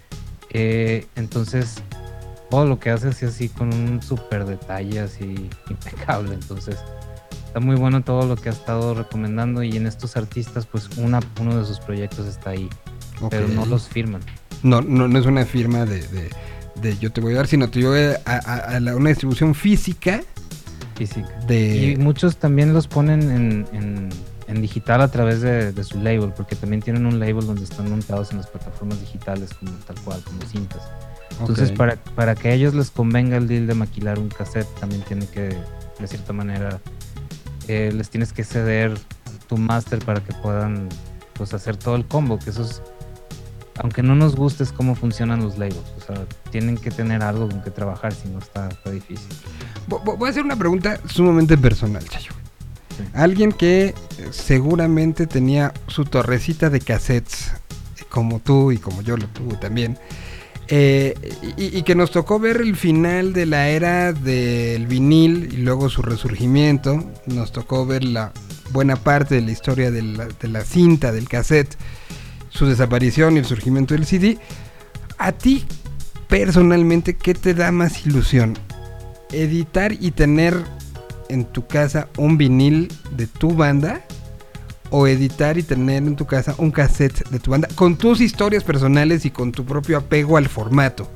S7: Entonces, todo lo que hace así con un súper detalle así impecable. Entonces está muy bueno todo lo que ha estado recomendando, y en estos artistas pues uno de sus proyectos está ahí, pero no los firman. No
S1: es una firma de yo te voy a dar, sino te llevo a una distribución física. Y
S7: muchos también los ponen en digital a través de su label, porque también tienen un label donde están montados en las plataformas digitales como tal cual, como cintas. Entonces, para que a ellos les convenga el deal de maquilar un cassette, también tiene que, de cierta manera, les tienes que ceder tu máster para que puedan pues hacer todo el combo, que eso es, aunque no nos guste, es cómo funcionan los labels. O sea, tienen que tener algo con que trabajar, si no está difícil.
S1: Voy a hacer una pregunta sumamente personal, Chayo. Sí. Alguien que seguramente tenía su torrecita de cassettes, como tú y como yo lo tuve también, y que nos tocó ver el final de la era del vinil y luego su resurgimiento. Nos tocó ver la buena parte de la historia de la cinta, del cassette, su desaparición y el surgimiento del CD. A ti personalmente, ¿qué te da más ilusión? ¿Editar y tener en tu casa un vinil de tu banda, o editar y tener en tu casa un cassette de tu banda con tus historias personales y con tu propio apego al formato?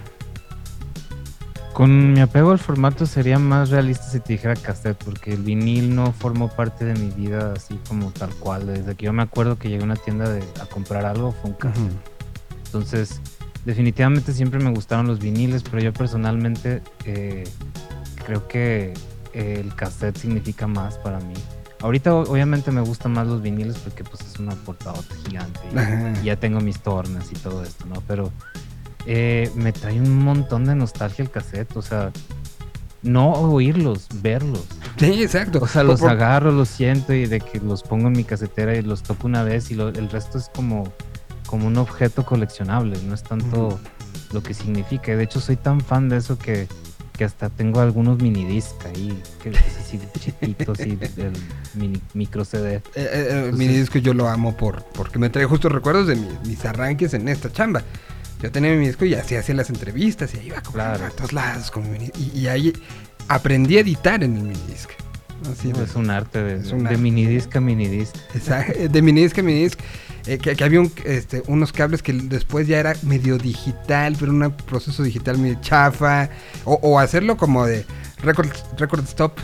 S7: Con mi apego al formato sería más realista si te dijera cassette, porque el vinil no formó parte de mi vida así como tal cual. Desde que yo me acuerdo que llegué a una tienda a comprar algo, fue un cassette. Entonces, definitivamente siempre me gustaron los viniles, pero yo personalmente creo que el cassette significa más para mí. Ahorita obviamente me gustan más los viniles porque pues es una portadota gigante y ya tengo mis tornas y todo esto, ¿no? Pero me trae un montón de nostalgia el cassette. O sea, no oírlos, verlos.
S1: Sí, exacto.
S7: O sea, los agarro, los siento y de que los pongo en mi casetera y los toco una vez y el resto es como un objeto coleccionable, no es tanto lo que significa. De hecho, soy tan fan de eso que hasta tengo algunos minidisc ahí, que es así chiquitos y el micro CD.
S1: El minidisc yo lo amo porque me trae justo recuerdos de mis arranques en esta chamba. Yo tenía mi disco y así hacía las entrevistas y ahí iba a todos lados con mi minidisc. Y ahí aprendí a editar en el minidisc. Así
S7: es un arte de minidisc a minidisc.
S1: Exacto, de minidisc a minidisc. Que había unos cables que después ya era medio digital, pero un proceso digital medio chafa, o hacerlo como de record stop,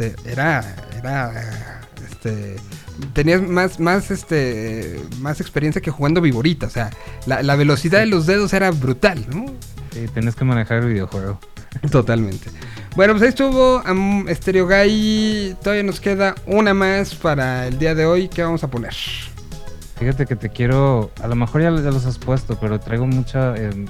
S1: tenías más experiencia que jugando viborita, o sea, la velocidad de los dedos era brutal, ¿no?
S7: Sí, tenés que manejar el videojuego. Totalmente.
S1: Bueno, pues ahí estuvo Stereo Guy. Todavía nos queda una más para el día de hoy. ¿Qué vamos a poner?
S7: Fíjate que te quiero, a lo mejor ya los has puesto, pero traigo mucho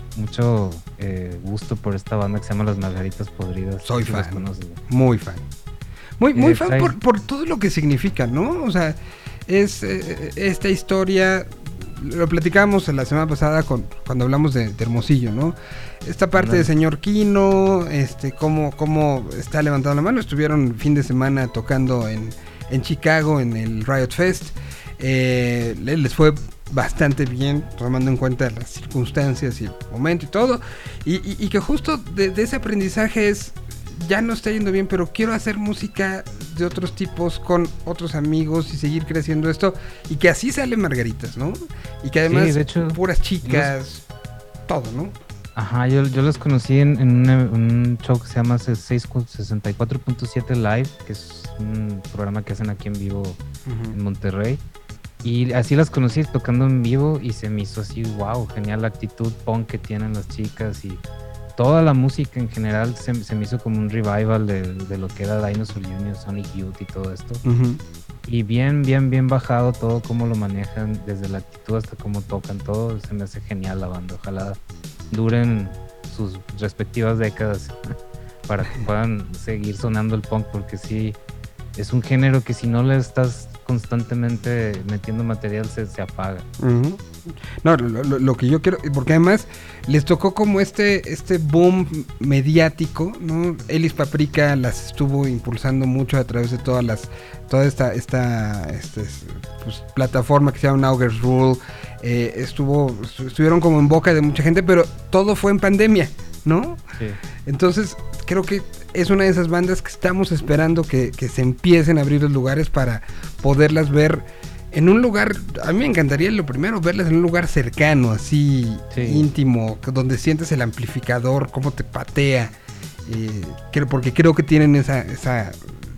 S7: gusto por esta banda que se llama Las Margaritas Podridas.
S1: Soy fan, muy fan. Muy fan por todo lo que significa, ¿no? O sea, es esta historia, lo platicamos la semana pasada cuando hablamos de Hermosillo, ¿no? Esta parte de señor Kino, cómo está levantando la mano. Estuvieron fin de semana tocando en Chicago, en el Riot Fest. Les fue bastante bien, tomando en cuenta las circunstancias y el momento y todo, y que justo de ese aprendizaje ya no está yendo bien, pero quiero hacer música de otros tipos con otros amigos y seguir creciendo esto, y que así salen Margaritas, ¿no? Y que además, de hecho, puras chicas, todo, ¿no?
S7: Ajá, yo los conocí en un show que se llama 64.7 Live, que es un programa que hacen aquí en vivo en Monterrey. Y así las conocí tocando en vivo y se me hizo así, wow, genial la actitud punk que tienen las chicas y toda la música en general se me hizo como un revival de lo que era Dinosaur Jr., Sonic Youth y todo esto. Y bien bajado todo, cómo lo manejan, desde la actitud hasta cómo tocan, todo se me hace genial la banda. Ojalá duren sus respectivas décadas para que puedan seguir sonando el punk, porque sí, es un género que si no le estás constantemente metiendo material se apaga.
S1: No, lo que yo quiero, porque además les tocó como este boom mediático, ¿no? Elis Paprika las estuvo impulsando mucho a través de toda esta pues, plataforma que se llama Now Girls Rule. Estuvieron como en boca de mucha gente, pero todo fue en pandemia, ¿no? Sí. Entonces creo que es una de esas bandas que estamos esperando que se empiecen a abrir los lugares para poderlas ver en un lugar. A mí me encantaría lo primero verlas en un lugar cercano, así íntimo, donde sientes el amplificador, cómo te patea, porque creo que tienen esas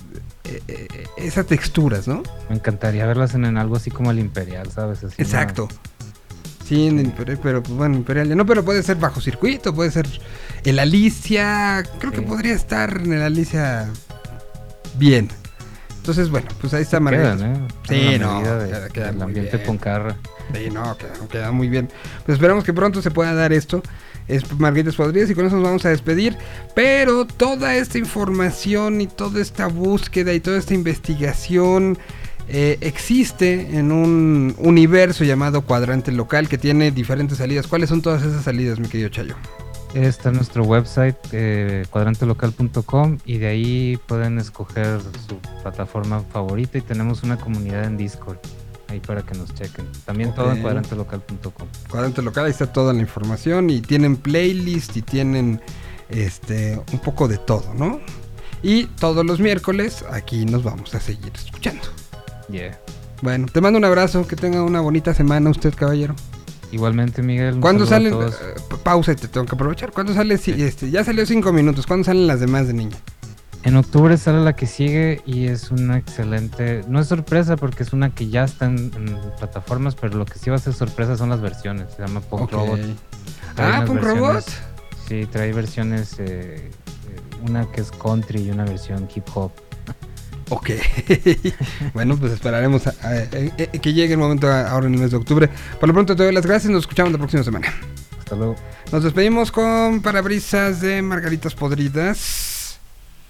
S1: texturas, ¿no?
S7: Me encantaría verlas en algo así como el Imperial, ¿sabes? Así.
S1: Exacto. Sí, en Imperial, pero pues bueno, Imperial ya no, pero puede ser Bajo Circuito, puede ser el Alicia, creo que podría estar en el Alicia bien. Entonces, bueno, pues ahí está Margarita.
S7: Sí, no, queda el ambiente puncarra.
S1: Sí, no, queda muy bien. Pues esperamos que pronto se pueda dar esto. Es Margaritas Podridas y con eso nos vamos a despedir. Pero toda esta información y toda esta búsqueda y toda esta investigación existe en un universo llamado Cuadrante Local que tiene diferentes salidas. ¿Cuáles son todas esas salidas, mi querido Chayo?
S7: Está en nuestro website cuadrantelocal.com y de ahí pueden escoger su plataforma favorita y tenemos una comunidad en Discord ahí para que nos chequen. También todo en cuadrantelocal.com.
S1: Cuadrante Local, ahí está toda la información y tienen playlist y tienen un poco de todo, ¿no? Y todos los miércoles aquí nos vamos a seguir escuchando.
S7: Yeah.
S1: Bueno, te mando un abrazo, que tenga una bonita semana usted, caballero.
S7: Igualmente, Miguel.
S1: ¿Cuándo salen? Pausa, te tengo que aprovechar. ¿Cuándo sale? Ya salió 5 minutos. ¿Cuándo salen las demás de Niña?
S7: En octubre sale la que sigue y es una excelente... No es sorpresa porque es una que ya está en plataformas, pero lo que sí va a ser sorpresa son las versiones. Se llama Punk Robot.
S1: ¿Punk Robot?
S7: Sí, trae versiones, una que es country y una versión hip hop.
S1: Ok. Bueno, pues esperaremos que llegue el momento ahora en el mes de octubre. Por lo pronto te doy las gracias y nos escuchamos la próxima semana.
S7: Hasta luego.
S1: Nos despedimos con Parabrisas de Margaritas Podridas.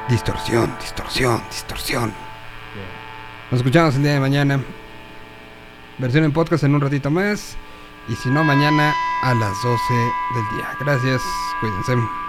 S1: Distorsión, distorsión, distorsión. Nos escuchamos el día de mañana. Versión en podcast en un ratito más. Y si no, mañana a las 12 del día. Gracias, cuídense.